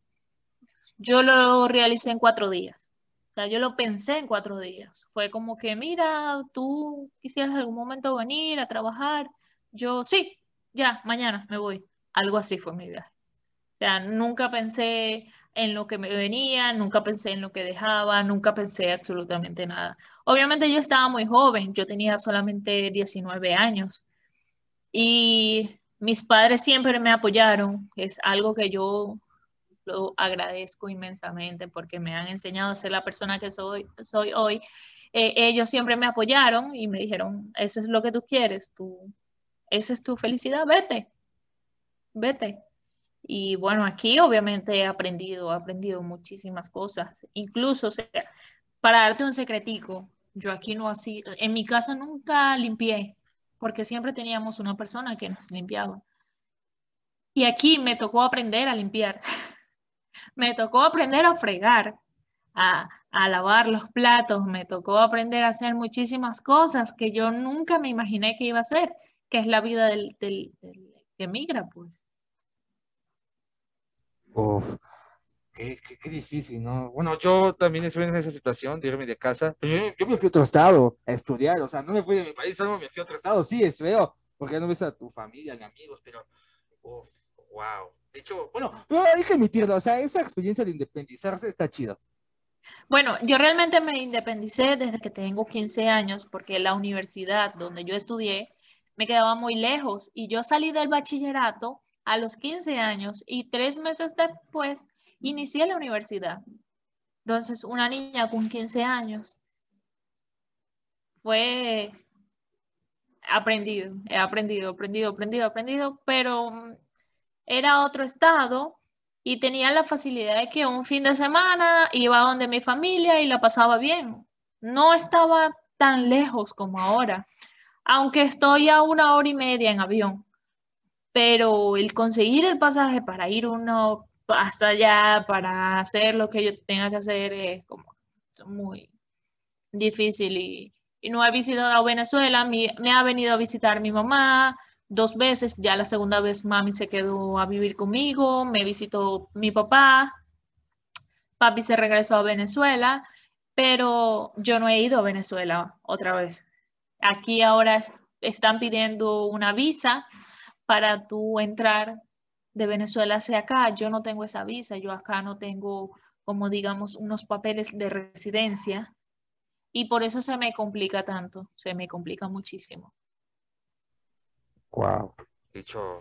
yo lo realicé en 4 días. O sea, yo lo pensé en 4 días. Fue como que, mira, tú quisieras algún momento venir a trabajar. Yo, sí, ya, mañana me voy. Algo así fue mi viaje. O sea, nunca pensé en lo que me venía, nunca pensé en lo que dejaba, nunca pensé absolutamente nada. Obviamente yo estaba muy joven, yo tenía solamente 19 años y mis padres siempre me apoyaron. Es algo que yo lo agradezco inmensamente porque me han enseñado a ser la persona que soy hoy. Ellos siempre me apoyaron y me dijeron, eso es lo que tú quieres, esa es tu felicidad, vete, vete. Y bueno, aquí obviamente he aprendido muchísimas cosas. Incluso, o sea, para darte un secretico, yo aquí no así, en mi casa nunca limpié, porque siempre teníamos una persona que nos limpiaba. Y aquí me tocó aprender a limpiar, me tocó aprender a fregar, a lavar los platos, me tocó aprender a hacer muchísimas cosas que yo nunca me imaginé que iba a hacer, que es la vida del que migra, pues. Uf, qué difícil, ¿no? Bueno, yo también estuve en esa situación de irme de casa, pero yo me fui a otro estado a estudiar, o sea, no me fui de mi país, solo me fui a otro estado, sí, es feo, porque ya no ves a tu familia ni amigos, pero, uf, wow. De hecho, bueno, pero hay que admitirlo, o sea, esa experiencia de independizarse está chido. Bueno, yo realmente me independicé desde que tengo 15 años porque la universidad donde yo estudié me quedaba muy lejos y yo salí del bachillerato a los 15 años y 3 meses después inicié la universidad. Entonces, una niña con 15 años fue aprendido, he aprendido, pero era otro estado y tenía la facilidad de que un fin de semana iba donde mi familia y la pasaba bien. No estaba tan lejos como ahora, aunque estoy a 1 hora y media en avión, pero el conseguir el pasaje para ir uno hasta allá, para hacer lo que yo tenga que hacer, es como muy difícil y no he visitado Venezuela. Me ha venido a visitar mi mamá 2 veces, ya la segunda vez mami se quedó a vivir conmigo, me visitó mi papá, papi se regresó a Venezuela, pero yo no he ido a Venezuela otra vez. Aquí ahora están pidiendo una visa para tú entrar de Venezuela hacia acá. Yo no tengo esa visa, yo acá no tengo, como digamos, unos papeles de residencia y por eso se me complica tanto, se me complica muchísimo. Wow. De hecho,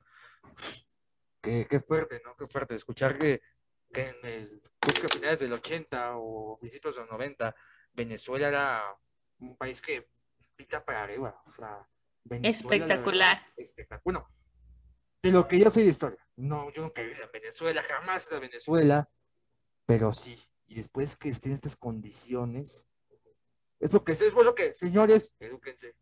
qué fuerte, ¿no? Qué fuerte escuchar que en el, creo que a finales del 80 o principios de los 90, Venezuela era un país que pita para arriba. O sea, Venezuela, la verdad, Espectacular. espectacular. Bueno, de lo que yo sé de historia. No, yo nunca he vivido en Venezuela, jamás he ido a Venezuela, pero sí. Y después que estén en estas condiciones, es por eso que, señores, edúquense.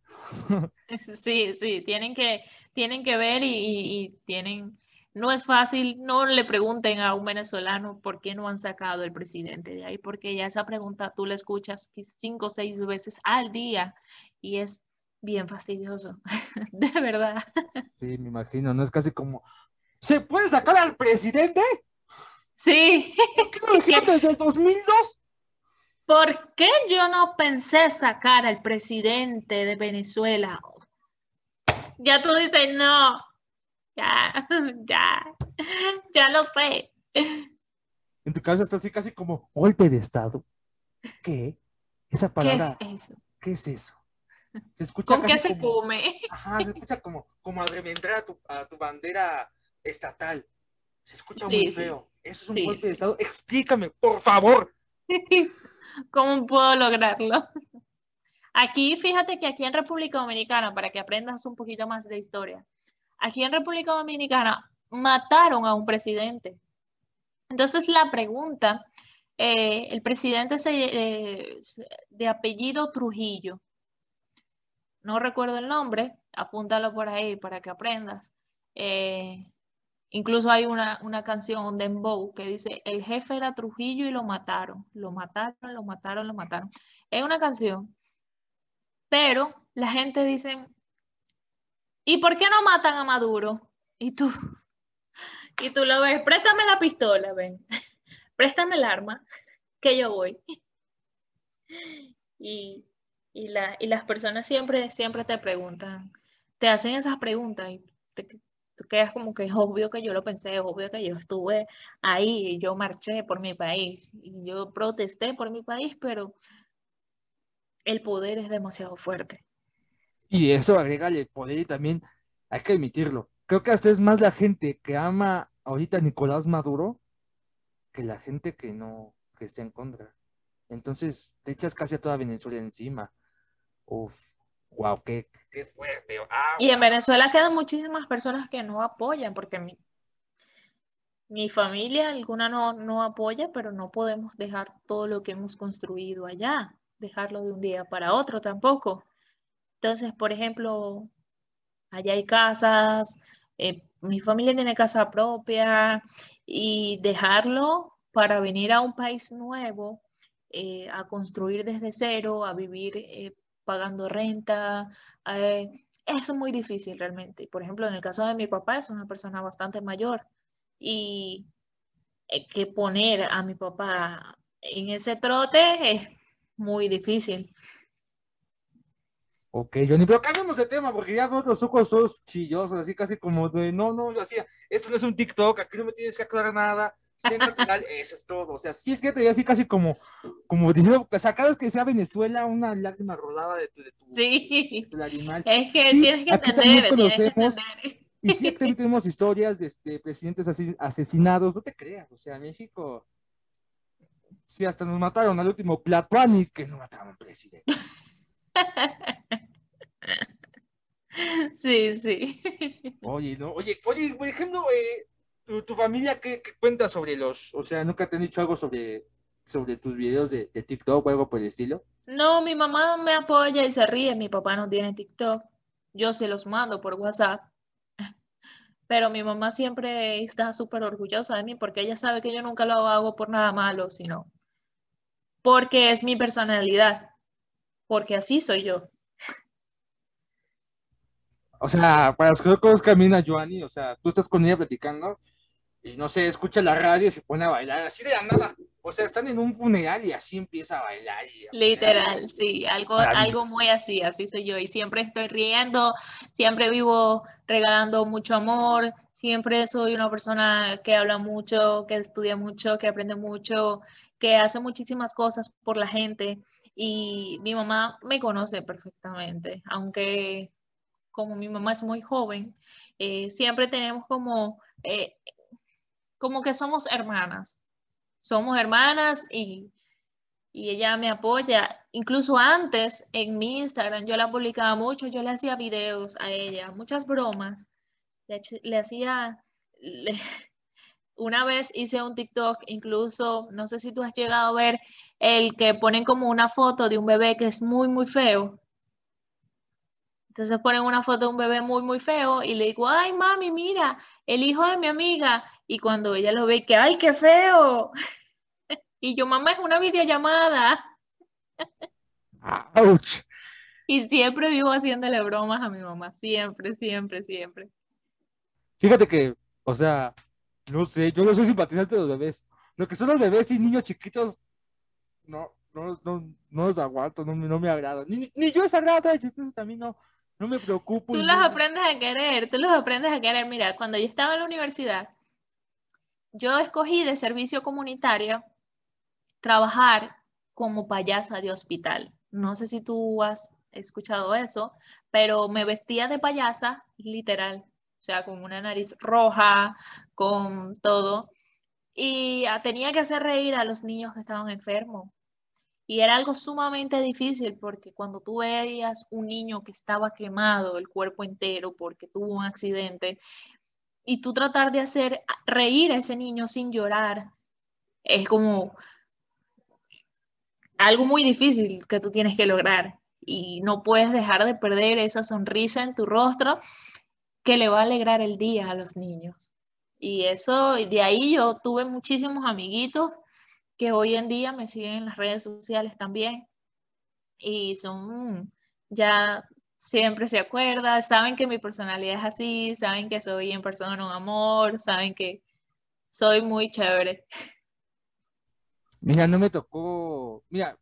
Sí, sí, tienen que ver y tienen, no es fácil, no le pregunten a un venezolano por qué no han sacado el presidente de ahí, porque ya esa pregunta tú la escuchas 5 o 6 veces al día y es bien fastidioso, de verdad. Sí, me imagino, ¿no? Es casi como, ¿se puede sacar al presidente? Sí, ¿Por qué no lo dijeron que, desde el 2002? ¿por qué yo no pensé sacar al presidente de Venezuela? Ya tú dices, no, ya, ya, ya lo sé. En tu cabeza está así casi como golpe de estado. ¿Qué? Esa ¿Qué es palabra, eso? ¿qué es eso? Se escucha ¿Con qué casi se como, come? ajá, se escucha como alremedar a tu bandera estatal. Se escucha muy Sí, sí, feo. ¿Eso es un sí, golpe de sí. estado? Explícame, por favor. ¿Cómo puedo lograrlo? Aquí, fíjate que aquí en República Dominicana, para que aprendas un poquito más de historia, aquí en República Dominicana mataron a un presidente. Entonces la pregunta, el presidente de apellido Trujillo, no recuerdo el nombre, apúntalo por ahí para que aprendas. Eh, Incluso hay una canción, un dembow, que dice, el jefe era Trujillo y lo mataron, lo mataron, lo mataron, lo mataron. Es una canción, pero la gente dice, ¿y por qué no matan a Maduro? Y tú lo ves, préstame la pistola, ven, préstame el arma, que yo voy. Y, y las personas siempre te preguntan, te hacen esas preguntas y te, Tú quedas como que es obvio que yo lo pensé, es obvio que yo estuve ahí, yo marché por mi país y yo protesté por mi país, pero el poder es demasiado fuerte. Y eso agrega el poder y también hay que admitirlo. Creo que hasta es más la gente que ama ahorita a Nicolás Maduro que la gente que no, que está en contra. Entonces, te echas casi a toda Venezuela encima. Uf, wow, qué fuerte. Y ¡Auch! en Venezuela quedan muchísimas personas que no apoyan, porque mi familia, alguna no apoya, pero no podemos dejar todo lo que hemos construido allá, dejarlo de un día para otro tampoco. Entonces, por ejemplo, allá hay casas, mi familia tiene casa propia y dejarlo para venir a un país nuevo, a construir desde cero, a vivir pagando renta, eso es muy difícil realmente. Por ejemplo, en el caso de mi papá es una persona bastante mayor y que poner a mi papá en ese trote es muy difícil. Ok, Johnny, pero cambiemos de tema porque ya veo los ojos todos chillosos, así casi como de, no, no, yo hacía, esto no es un TikTok, aquí no me tienes que aclarar nada, sé natural, eso es todo, o sea, sí es que te así casi como diciendo, o sea, cada vez que sea Venezuela, una lágrima rodada de Sí, tu lagrimal, es y que sí, tienes que aquí también entender, tienes que conocemos, entender. y sí, aquí también tenemos historias de presidentes asesinados, no te creas, o sea, México, sí, hasta nos mataron al último Tlatuani, que no mataron al presidente. Sí, sí. Oye, no, oye, por ejemplo, tu familia, ¿qué cuenta sobre o sea, nunca te han dicho algo sobre tus videos de TikTok o algo por el estilo? No, mi mamá me apoya y se ríe. Mi papá no tiene TikTok. Yo se los mando por WhatsApp. Pero mi mamá siempre está súper orgullosa de mí porque ella sabe que yo nunca lo hago por nada malo, sino porque es mi personalidad, porque así soy yo. O sea, para los que no conozcan bien a Joanny, o sea, tú estás con ella platicando y no sé, escucha la radio y se pone a bailar, así de la nada. O sea, están en un funeral y así empieza a bailar y a poner Literal, sí, algo maravilloso. muy así, así soy yo. Y siempre estoy riendo, siempre vivo regalando mucho amor, siempre soy una persona que habla mucho, que estudia mucho, que aprende mucho, que hace muchísimas cosas por la gente. Y mi mamá me conoce perfectamente, aunque como mi mamá es muy joven, siempre tenemos como que somos hermanas y ella me apoya. Incluso antes en mi Instagram yo la publicaba mucho, yo le hacía videos a ella, muchas bromas. Le hacía, le- una vez hice un TikTok, incluso, no sé si tú has llegado a ver el que ponen como una foto de un bebé que es muy, muy feo. Entonces ponen una foto de un bebé muy, muy feo y le digo, ay, mami, mira, el hijo de mi amiga. Y cuando ella lo ve, que, ay, qué feo. Y yo, mamá, es una videollamada. ¡Auch! Y siempre vivo haciéndole bromas a mi mamá, siempre, siempre, siempre. Fíjate que, o sea, no sé, yo no soy simpatizante de los bebés. Lo que son los bebés y niños chiquitos, no los aguanto, no me agrada. Ni yo es agrada, yo entonces también no me preocupo Tú y los no. aprendes a querer, tú los aprendes a querer. Mira, cuando yo estaba en la universidad, yo escogí de servicio comunitario trabajar como payasa de hospital. No sé si tú has escuchado eso, pero me vestía de payasa, literal, o sea, con una nariz roja, con todo, y tenía que hacer reír a los niños que estaban enfermos. Y era algo sumamente difícil porque cuando tú veías un niño que estaba quemado el cuerpo entero porque tuvo un accidente y tú tratar de hacer reír a ese niño sin llorar, es como algo muy difícil que tú tienes que lograr y no puedes dejar de perder esa sonrisa en tu rostro que le va a alegrar el día a los niños. Y eso, de ahí yo tuve muchísimos amiguitos que hoy en día me siguen en las redes sociales también y son, ya siempre se acuerdan, saben que mi personalidad es así, saben que soy en persona un amor, saben que soy muy chévere. Mira, no me tocó. Mira,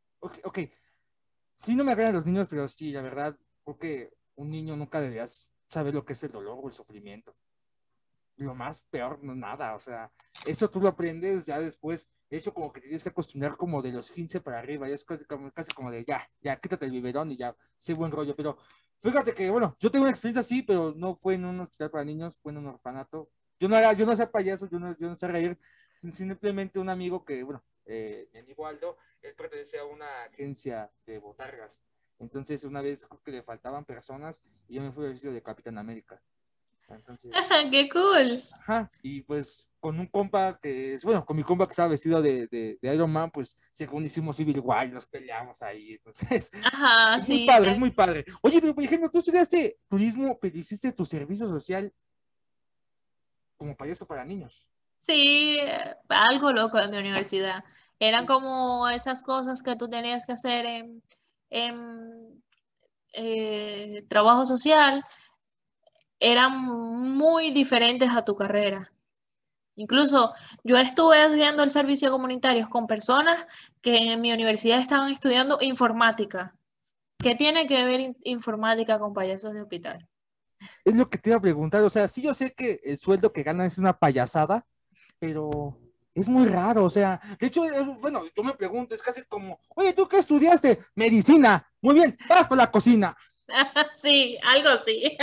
ok, sí no me agradan los niños, pero sí, la verdad, creo que un niño nunca deberías saber lo que es el dolor o el sufrimiento. Lo más peor, no nada, o sea, eso tú lo aprendes ya después, eso como que tienes que acostumbrar como de los 15 para arriba, ya es casi como de ya, quítate el biberón y ya, sí, buen rollo, pero fíjate que, bueno, yo tengo una experiencia así, pero no fue en un hospital para niños, fue en un orfanato, yo no sé payaso, yo no sé reír, simplemente un amigo que, bueno, mi amigo Aldo, él pertenece a una agencia de botargas, entonces una vez creo que le faltaban personas y yo me fui vestido de Capitán América. Entonces, ¡Qué cool! ajá, y pues con un compa que es, bueno, con mi compa que estaba vestido de Iron Man, pues según hicimos Civil War, nos peleamos ahí, entonces, Ajá, es muy sí. padre, es muy padre. Oye, pero por ejemplo, tú estudiaste turismo, pero hiciste tu servicio social como payaso para niños. Sí, algo loco de mi universidad. Eran Sí. como esas cosas que tú tenías que hacer en trabajo social, eran muy diferentes a tu carrera. Incluso yo estuve haciendo el servicio comunitario con personas que en mi universidad estaban estudiando informática. ¿Qué tiene que ver informática con payasos de hospital? Es lo que te iba a preguntar, o sea, sí yo sé que el sueldo que ganan es una payasada, pero es muy raro, o sea, de hecho, bueno, tú me preguntas, casi como, oye, ¿tú qué estudiaste? Medicina, muy bien, vas para la cocina. Sí, algo así.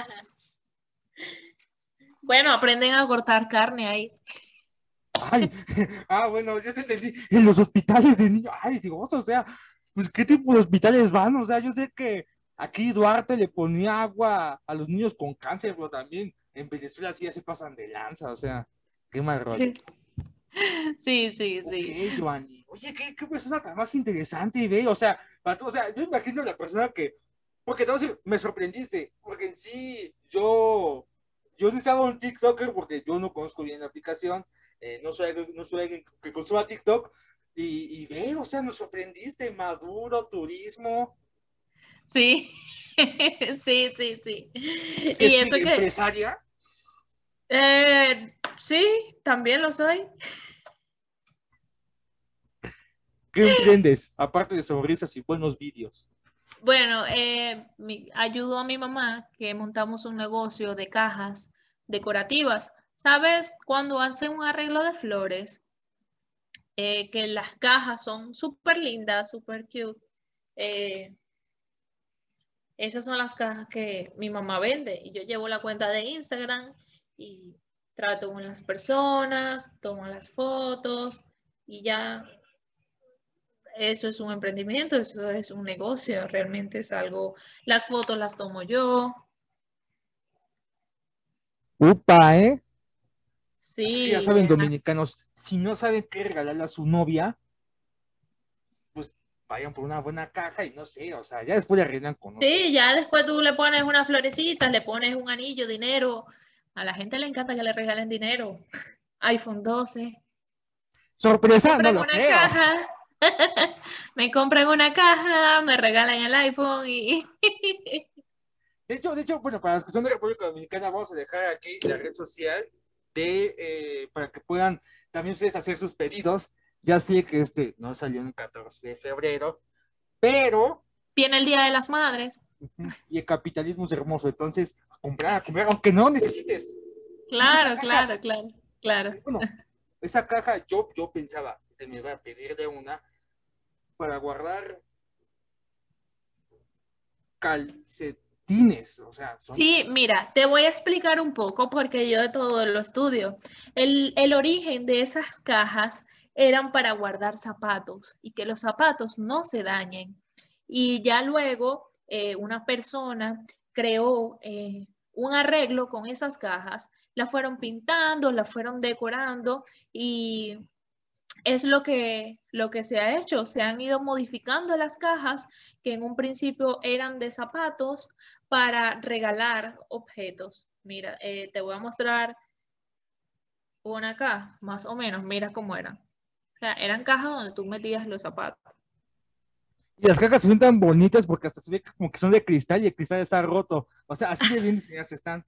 Bueno, aprenden a cortar carne ahí. Ay, bueno, yo te entendí. En los hospitales de niños, ay, digo, o sea, pues, ¿qué tipo de hospitales van? O sea, yo sé que aquí Duarte le ponía agua a los niños con cáncer, pero también en Venezuela sí ya se pasan de lanza, o sea, qué mal rollo. Sí, sí, Ok, sí. Giovanni. Oye, qué persona tan más interesante, ve. O sea, o sea, yo imagino la persona que, porque te voy a decir, me sorprendiste, porque en sí, yo necesitaba un TikToker porque yo no conozco bien la aplicación, no soy alguien que consuma TikTok, y ve, o sea, nos sorprendiste, maduro, turismo, Sí, sí, sí, sí. que Y eso sigue, que, empresaria. sí, también lo soy. ¿Qué emprendes? Aparte de sonrisas y buenos vídeos. Bueno, ayudo a mi mamá que montamos un negocio de cajas decorativas. ¿Sabes? Cuando hacen un arreglo de flores, que las cajas son súper lindas, súper cute. eh, Esas son las cajas que mi mamá vende y yo llevo la cuenta de Instagram y trato con las personas, tomo las fotos y ya eso es un emprendimiento, eso es un negocio, realmente es algo, las fotos las tomo yo. Upa, ¿eh? Así que ya Sí, saben, dominicanos, si no saben qué regalarle a su novia, pues vayan por una buena caja y no sé, o sea, ya después le arreglan con, no sé. sí, ya después tú le pones unas florecitas, le pones un anillo, dinero. A la gente le encanta que le regalen dinero. iPhone 12. Me Sorpresa, no compran lo una creo. caja, me compran una caja, me regalan el iPhone y De hecho, bueno, para los que son de República Dominicana, vamos a dejar aquí la red social para que puedan también ustedes hacer sus pedidos. Ya sé que este no salió en el 14 de febrero, pero viene el Día de las Madres. y el capitalismo es hermoso, entonces a comprar, aunque no necesites. Digo, esa Claro, caja, claro, claro, claro. bueno, esa caja yo pensaba, me iba a pedir de una para guardar calcetines, o sea, son... Sí, mira, te voy a explicar un poco porque yo de todo lo estudio. El origen de esas cajas eran para guardar zapatos y que los zapatos no se dañen. Y ya luego una persona creó un arreglo con esas cajas, la fueron pintando, la fueron decorando y es lo que se ha hecho. Se han ido modificando las cajas que en un principio eran de zapatos para regalar objetos. Mira, te voy a mostrar una acá, más o menos, mira cómo eran. O sea, eran cajas donde tú metías los zapatos. Y las cajas se ven tan bonitas porque hasta se ve como que son de cristal y el cristal está roto. O sea, así de bien diseñadas están.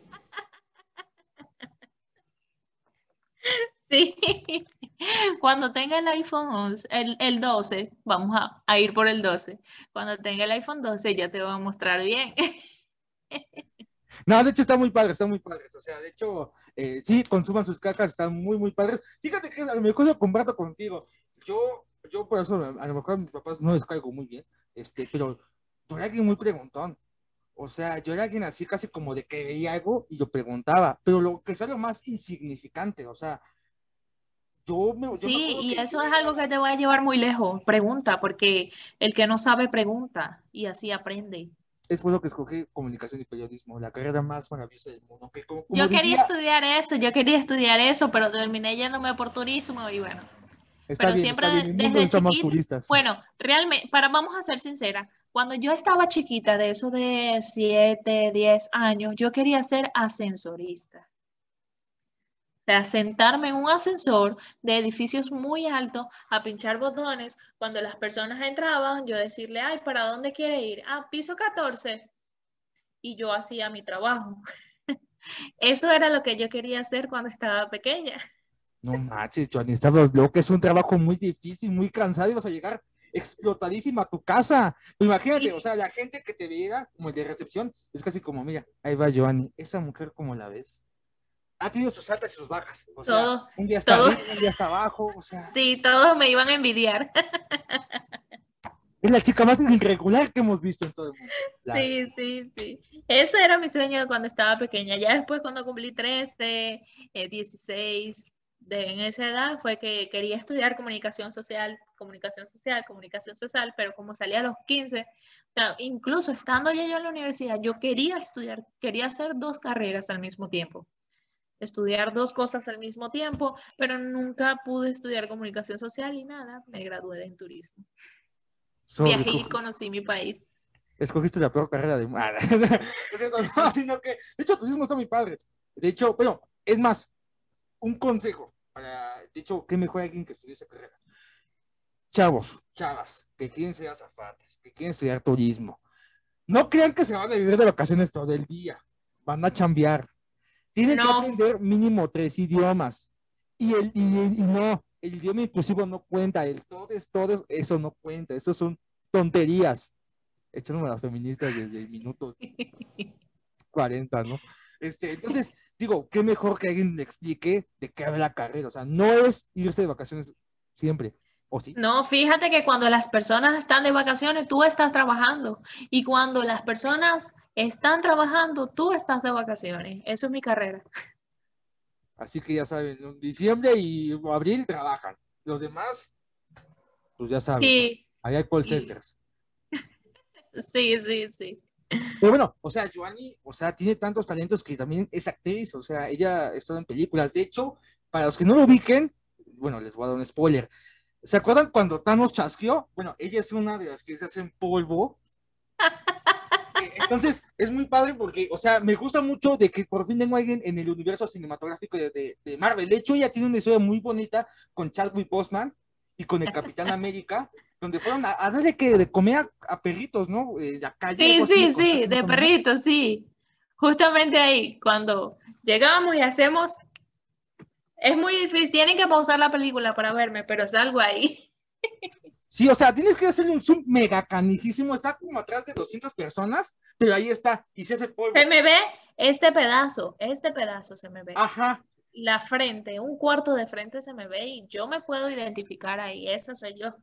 Sí, cuando tenga el iPhone 11, el 12, vamos a ir por el 12. Cuando tenga el iPhone 12 ya te voy a mostrar bien. No, de hecho están muy padres. O sea, de hecho, sí, consuman sus cacas, están muy, muy padres. Fíjate que a lo mejor yo comparto contigo. Yo por eso, a lo mejor a mis papás no les caigo muy bien, pero yo era alguien muy preguntón. O sea, yo era alguien así casi como de que veía algo y yo preguntaba, pero lo que es lo más insignificante, o sea, yo me Sí, acuerdo y que yo eso es algo llegaba, que te va a llevar muy lejos. Pregunta, porque el que no sabe pregunta y así aprende. es por lo que escogí comunicación y periodismo, la carrera más maravillosa del mundo, que como Yo quería diría, estudiar eso, yo quería estudiar eso, pero terminé yéndome por turismo y bueno, pero está bien, siempre el mundo desde necesita más chiquita, turistas. bueno, realmente, vamos a ser sincera, cuando yo estaba chiquita, de eso de 7, 10 años, yo quería ser ascensorista. O sea, sentarme en un ascensor de edificios muy altos a pinchar botones. Cuando las personas entraban, yo decirle, ay, ¿para dónde quiere ir? Ah, piso 14. Y yo hacía mi trabajo. Eso era lo que yo quería hacer cuando estaba pequeña. No manches, Johnny, estabas loco, es un trabajo muy difícil, muy cansado y vas a llegar explotadísima a tu casa. Pues imagínate, o sea, la gente que te viera como el de recepción, es casi como, mira, ahí va Joanny, esa mujer como la ves. Ha tenido sus altas y sus bajas, o sea, Todo, un día está todo, arriba, un día está abajo, o sea, sí, todos me iban a envidiar. es la chica más irregular que hemos visto en todo el mundo. La Sí, sí, sí. Ese era mi sueño de cuando estaba pequeña. Ya después cuando cumplí 13, 16, en esa edad fue que quería estudiar comunicación social, pero como salía a los 15, o sea, incluso estando ya yo en la universidad, yo quería estudiar, quería hacer dos carreras al mismo tiempo, estudiar dos cosas al mismo tiempo, pero nunca pude estudiar comunicación social y nada, me gradué en turismo. sorry, Viajé y conocí mi país. escogiste la peor carrera de nada. Es cierto, no, sino que, de hecho, turismo está muy padre. De hecho, pero, es más, un consejo para, de hecho, qué mejor alguien que estudie esa carrera. Chavos, chavas, que quieren ser azafatas, que quieren estudiar turismo. No crean que se van a vivir de vacaciones todo el día. Van a chambear. Tienen que No, aprender mínimo 3 idiomas. Y no, el idioma inclusivo no cuenta. El todo, eso no cuenta. Eso son tonterías. Echándome a las feministas desde el minuto 40, ¿no? Entonces, digo, qué mejor que alguien le explique de qué habla la carrera. O sea, no es irse de vacaciones siempre. ¿O sí? no, fíjate que cuando las personas están de vacaciones, tú estás trabajando. Y cuando las personas están trabajando, tú estás de vacaciones. Eso es mi carrera. Así que ya saben, en diciembre y abril trabajan. Los demás, pues ya saben, ¿no? Sí, Ahí hay call y- centers. sí, sí, sí. Pero bueno, o sea, Joanny, o sea, tiene tantos talentos que también es actriz, o sea, ella ha estado en películas. De hecho, para los que no lo ubiquen, bueno, les voy a dar un spoiler. ¿Se acuerdan cuando Thanos chasqueó? Bueno, ella es una de las que se hacen polvo. Entonces, es muy padre porque, o sea, me gusta mucho de que por fin tengo a alguien en el universo cinematográfico de Marvel. De hecho, ella tiene una historia muy bonita con Chadwick Boseman y con el Capitán América, donde fueron a darle que de comer a perritos, ¿no? La calle, algo Sí, así me sí, sí, contaste más de o menos. perrito, sí. Justamente ahí, cuando llegamos y hacemos, es muy difícil, tienen que pausar la película para verme, pero salgo ahí. Sí, o sea, tienes que hacerle un zoom mega canijísimo, está como atrás de 200 personas, pero ahí está, y se hace Se polvo. me ve este pedazo se me ve. Ajá, La frente, un cuarto de frente se me ve y yo me puedo identificar ahí, esa soy yo.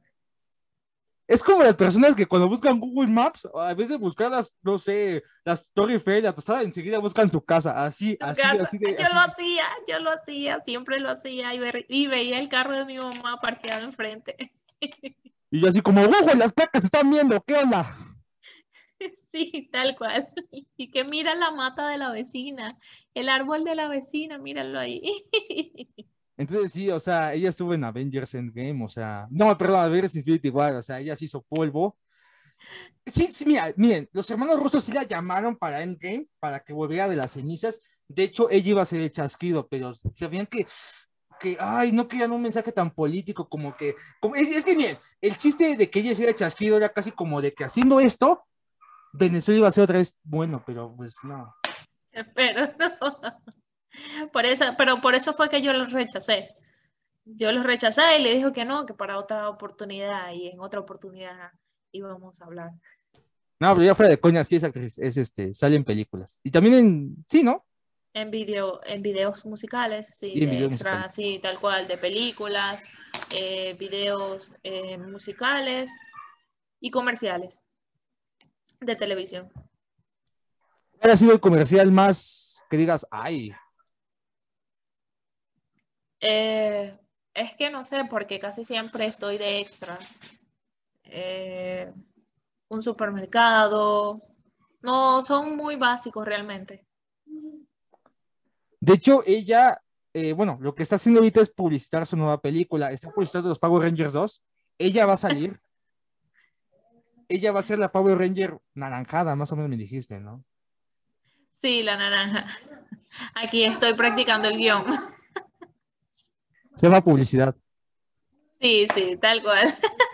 es como las personas que cuando buscan Google Maps, a vez de buscar las, no sé, las Torre Eiffel, la tostada, enseguida buscan su casa, así, Tu así, casa, así de, así. yo lo hacía, siempre lo hacía y veía el carro de mi mamá parqueado enfrente. Y yo así como, ojo, las placas se están viendo, ¿qué onda? Sí, tal cual. Y que mira la mata de la vecina, el árbol de la vecina, míralo ahí. Entonces sí, o sea, ella estuvo en Avengers Endgame, o sea, no, perdón, Avengers Infinity War, o sea, ella se hizo polvo. Sí, sí, mira, miren, los hermanos rusos sí la llamaron para Endgame, para que volviera de las cenizas. De hecho, ella iba a ser el chasquido, pero sabían ay, no querían un mensaje tan político es que miren, el chiste de que ella hiciera el chasquido era casi como de que haciendo esto, Venezuela iba a ser otra vez bueno, pero pues no. Pero no. Por eso fue que yo los rechacé. Yo los rechacé y le dijo que no, que para otra oportunidad y en otra oportunidad íbamos a hablar. No, pero ya fuera de coña, sí es actriz, sale en películas. Y también sí, ¿no? En videos musicales, sí, Y en de videos musicales. extra, sí, tal cual, de películas, videos musicales y comerciales de televisión. ¿Cuál ha sido el comercial más que digas, ay, Eh, es que no sé, porque casi siempre estoy de extra. Eh, un supermercado, no, son muy básicos realmente. de hecho, ella, bueno, lo que está haciendo ahorita es publicitar su nueva película. Está publicitando los Power Rangers 2. Ella va a salir. Ella va a ser la Power Ranger naranjada, más o menos me dijiste, ¿no? Sí, la naranja. Aquí estoy practicando el guión. Se llama publicidad. Sí, sí, tal cual.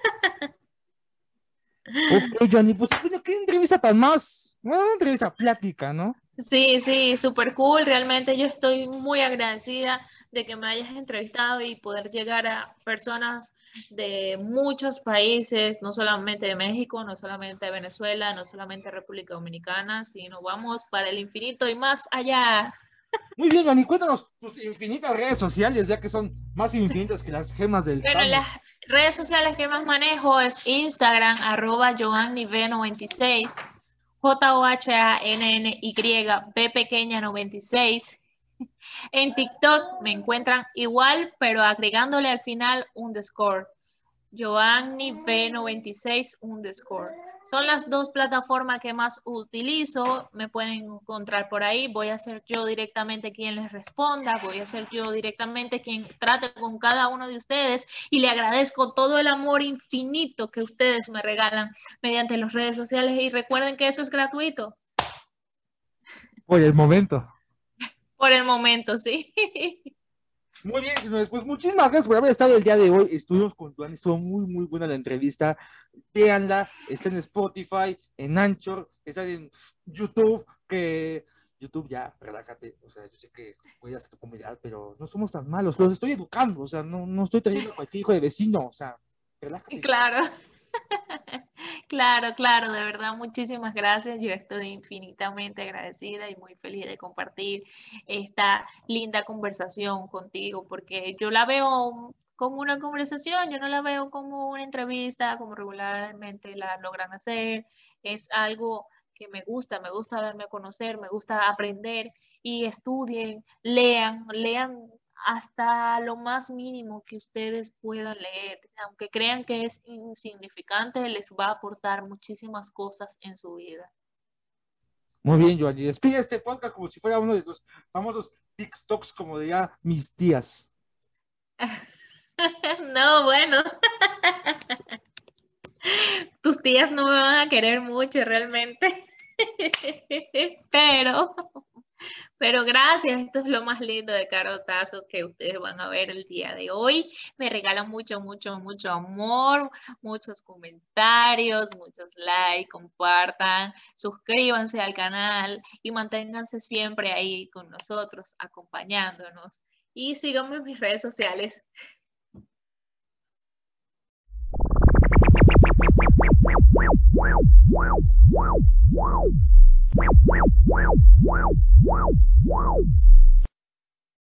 Ok, Johnny, pues bueno, qué entrevista tan más. Bueno, una entrevista plática, ¿no? Sí, sí, súper cool. Realmente yo estoy muy agradecida de que me hayas entrevistado y poder llegar a personas de muchos países, no solamente de México, no solamente de Venezuela, no solamente de República Dominicana, sino vamos para el infinito y más allá. Muy bien, Johnny, cuéntanos tus infinitas redes sociales, ya que son más infinitas que las gemas del Bueno, las Thanos. redes sociales que más manejo es Instagram, @JoannyB96, JOHANNY, B pequeña 96. En TikTok me encuentran igual, pero agregándole al final underscore. Giovanni B96 underscore. Son las dos plataformas que más utilizo. Me pueden encontrar por ahí. Voy a ser yo directamente quien les responda. Voy a ser yo directamente quien trate con cada uno de ustedes. Y le agradezco todo el amor infinito que ustedes me regalan mediante las redes sociales. Y recuerden que eso es gratuito. Por el momento. Por el momento, sí. Muy bien, señores, pues muchísimas gracias por haber estado el día de hoy. Estuvimos con Juan, estuvo muy, muy buena la entrevista. Véanla, está en Spotify, en Anchor, está en YouTube, que YouTube ya, relájate. O sea, yo sé que puedes hacer tu comunidad, pero no somos tan malos. Los estoy educando, o sea, no estoy trayendo a cualquier hijo de vecino, o sea, relájate. Claro. Claro, claro, de verdad, muchísimas gracias. Yo estoy infinitamente agradecida y muy feliz de compartir esta linda conversación contigo, porque yo la veo como una conversación, yo no la veo como una entrevista, como regularmente la logran hacer. Es algo que me gusta darme a conocer, me gusta aprender y estudien, lean, lean hasta lo más mínimo que ustedes puedan leer, aunque crean que es insignificante, les va a aportar muchísimas cosas en su vida. Muy bien, Joanny. Despide este podcast como si fuera uno de los famosos TikToks, como diría mis tías. No, bueno, tus tías no me van a querer mucho realmente, pero Pero gracias, esto es lo más lindo de Carotazo que ustedes van a ver el día de hoy. Me regalan mucho, mucho, mucho amor, muchos comentarios, muchos likes, compartan, suscríbanse al canal y manténganse siempre ahí con nosotros, acompañándonos. Y síganme en mis redes sociales. Wow.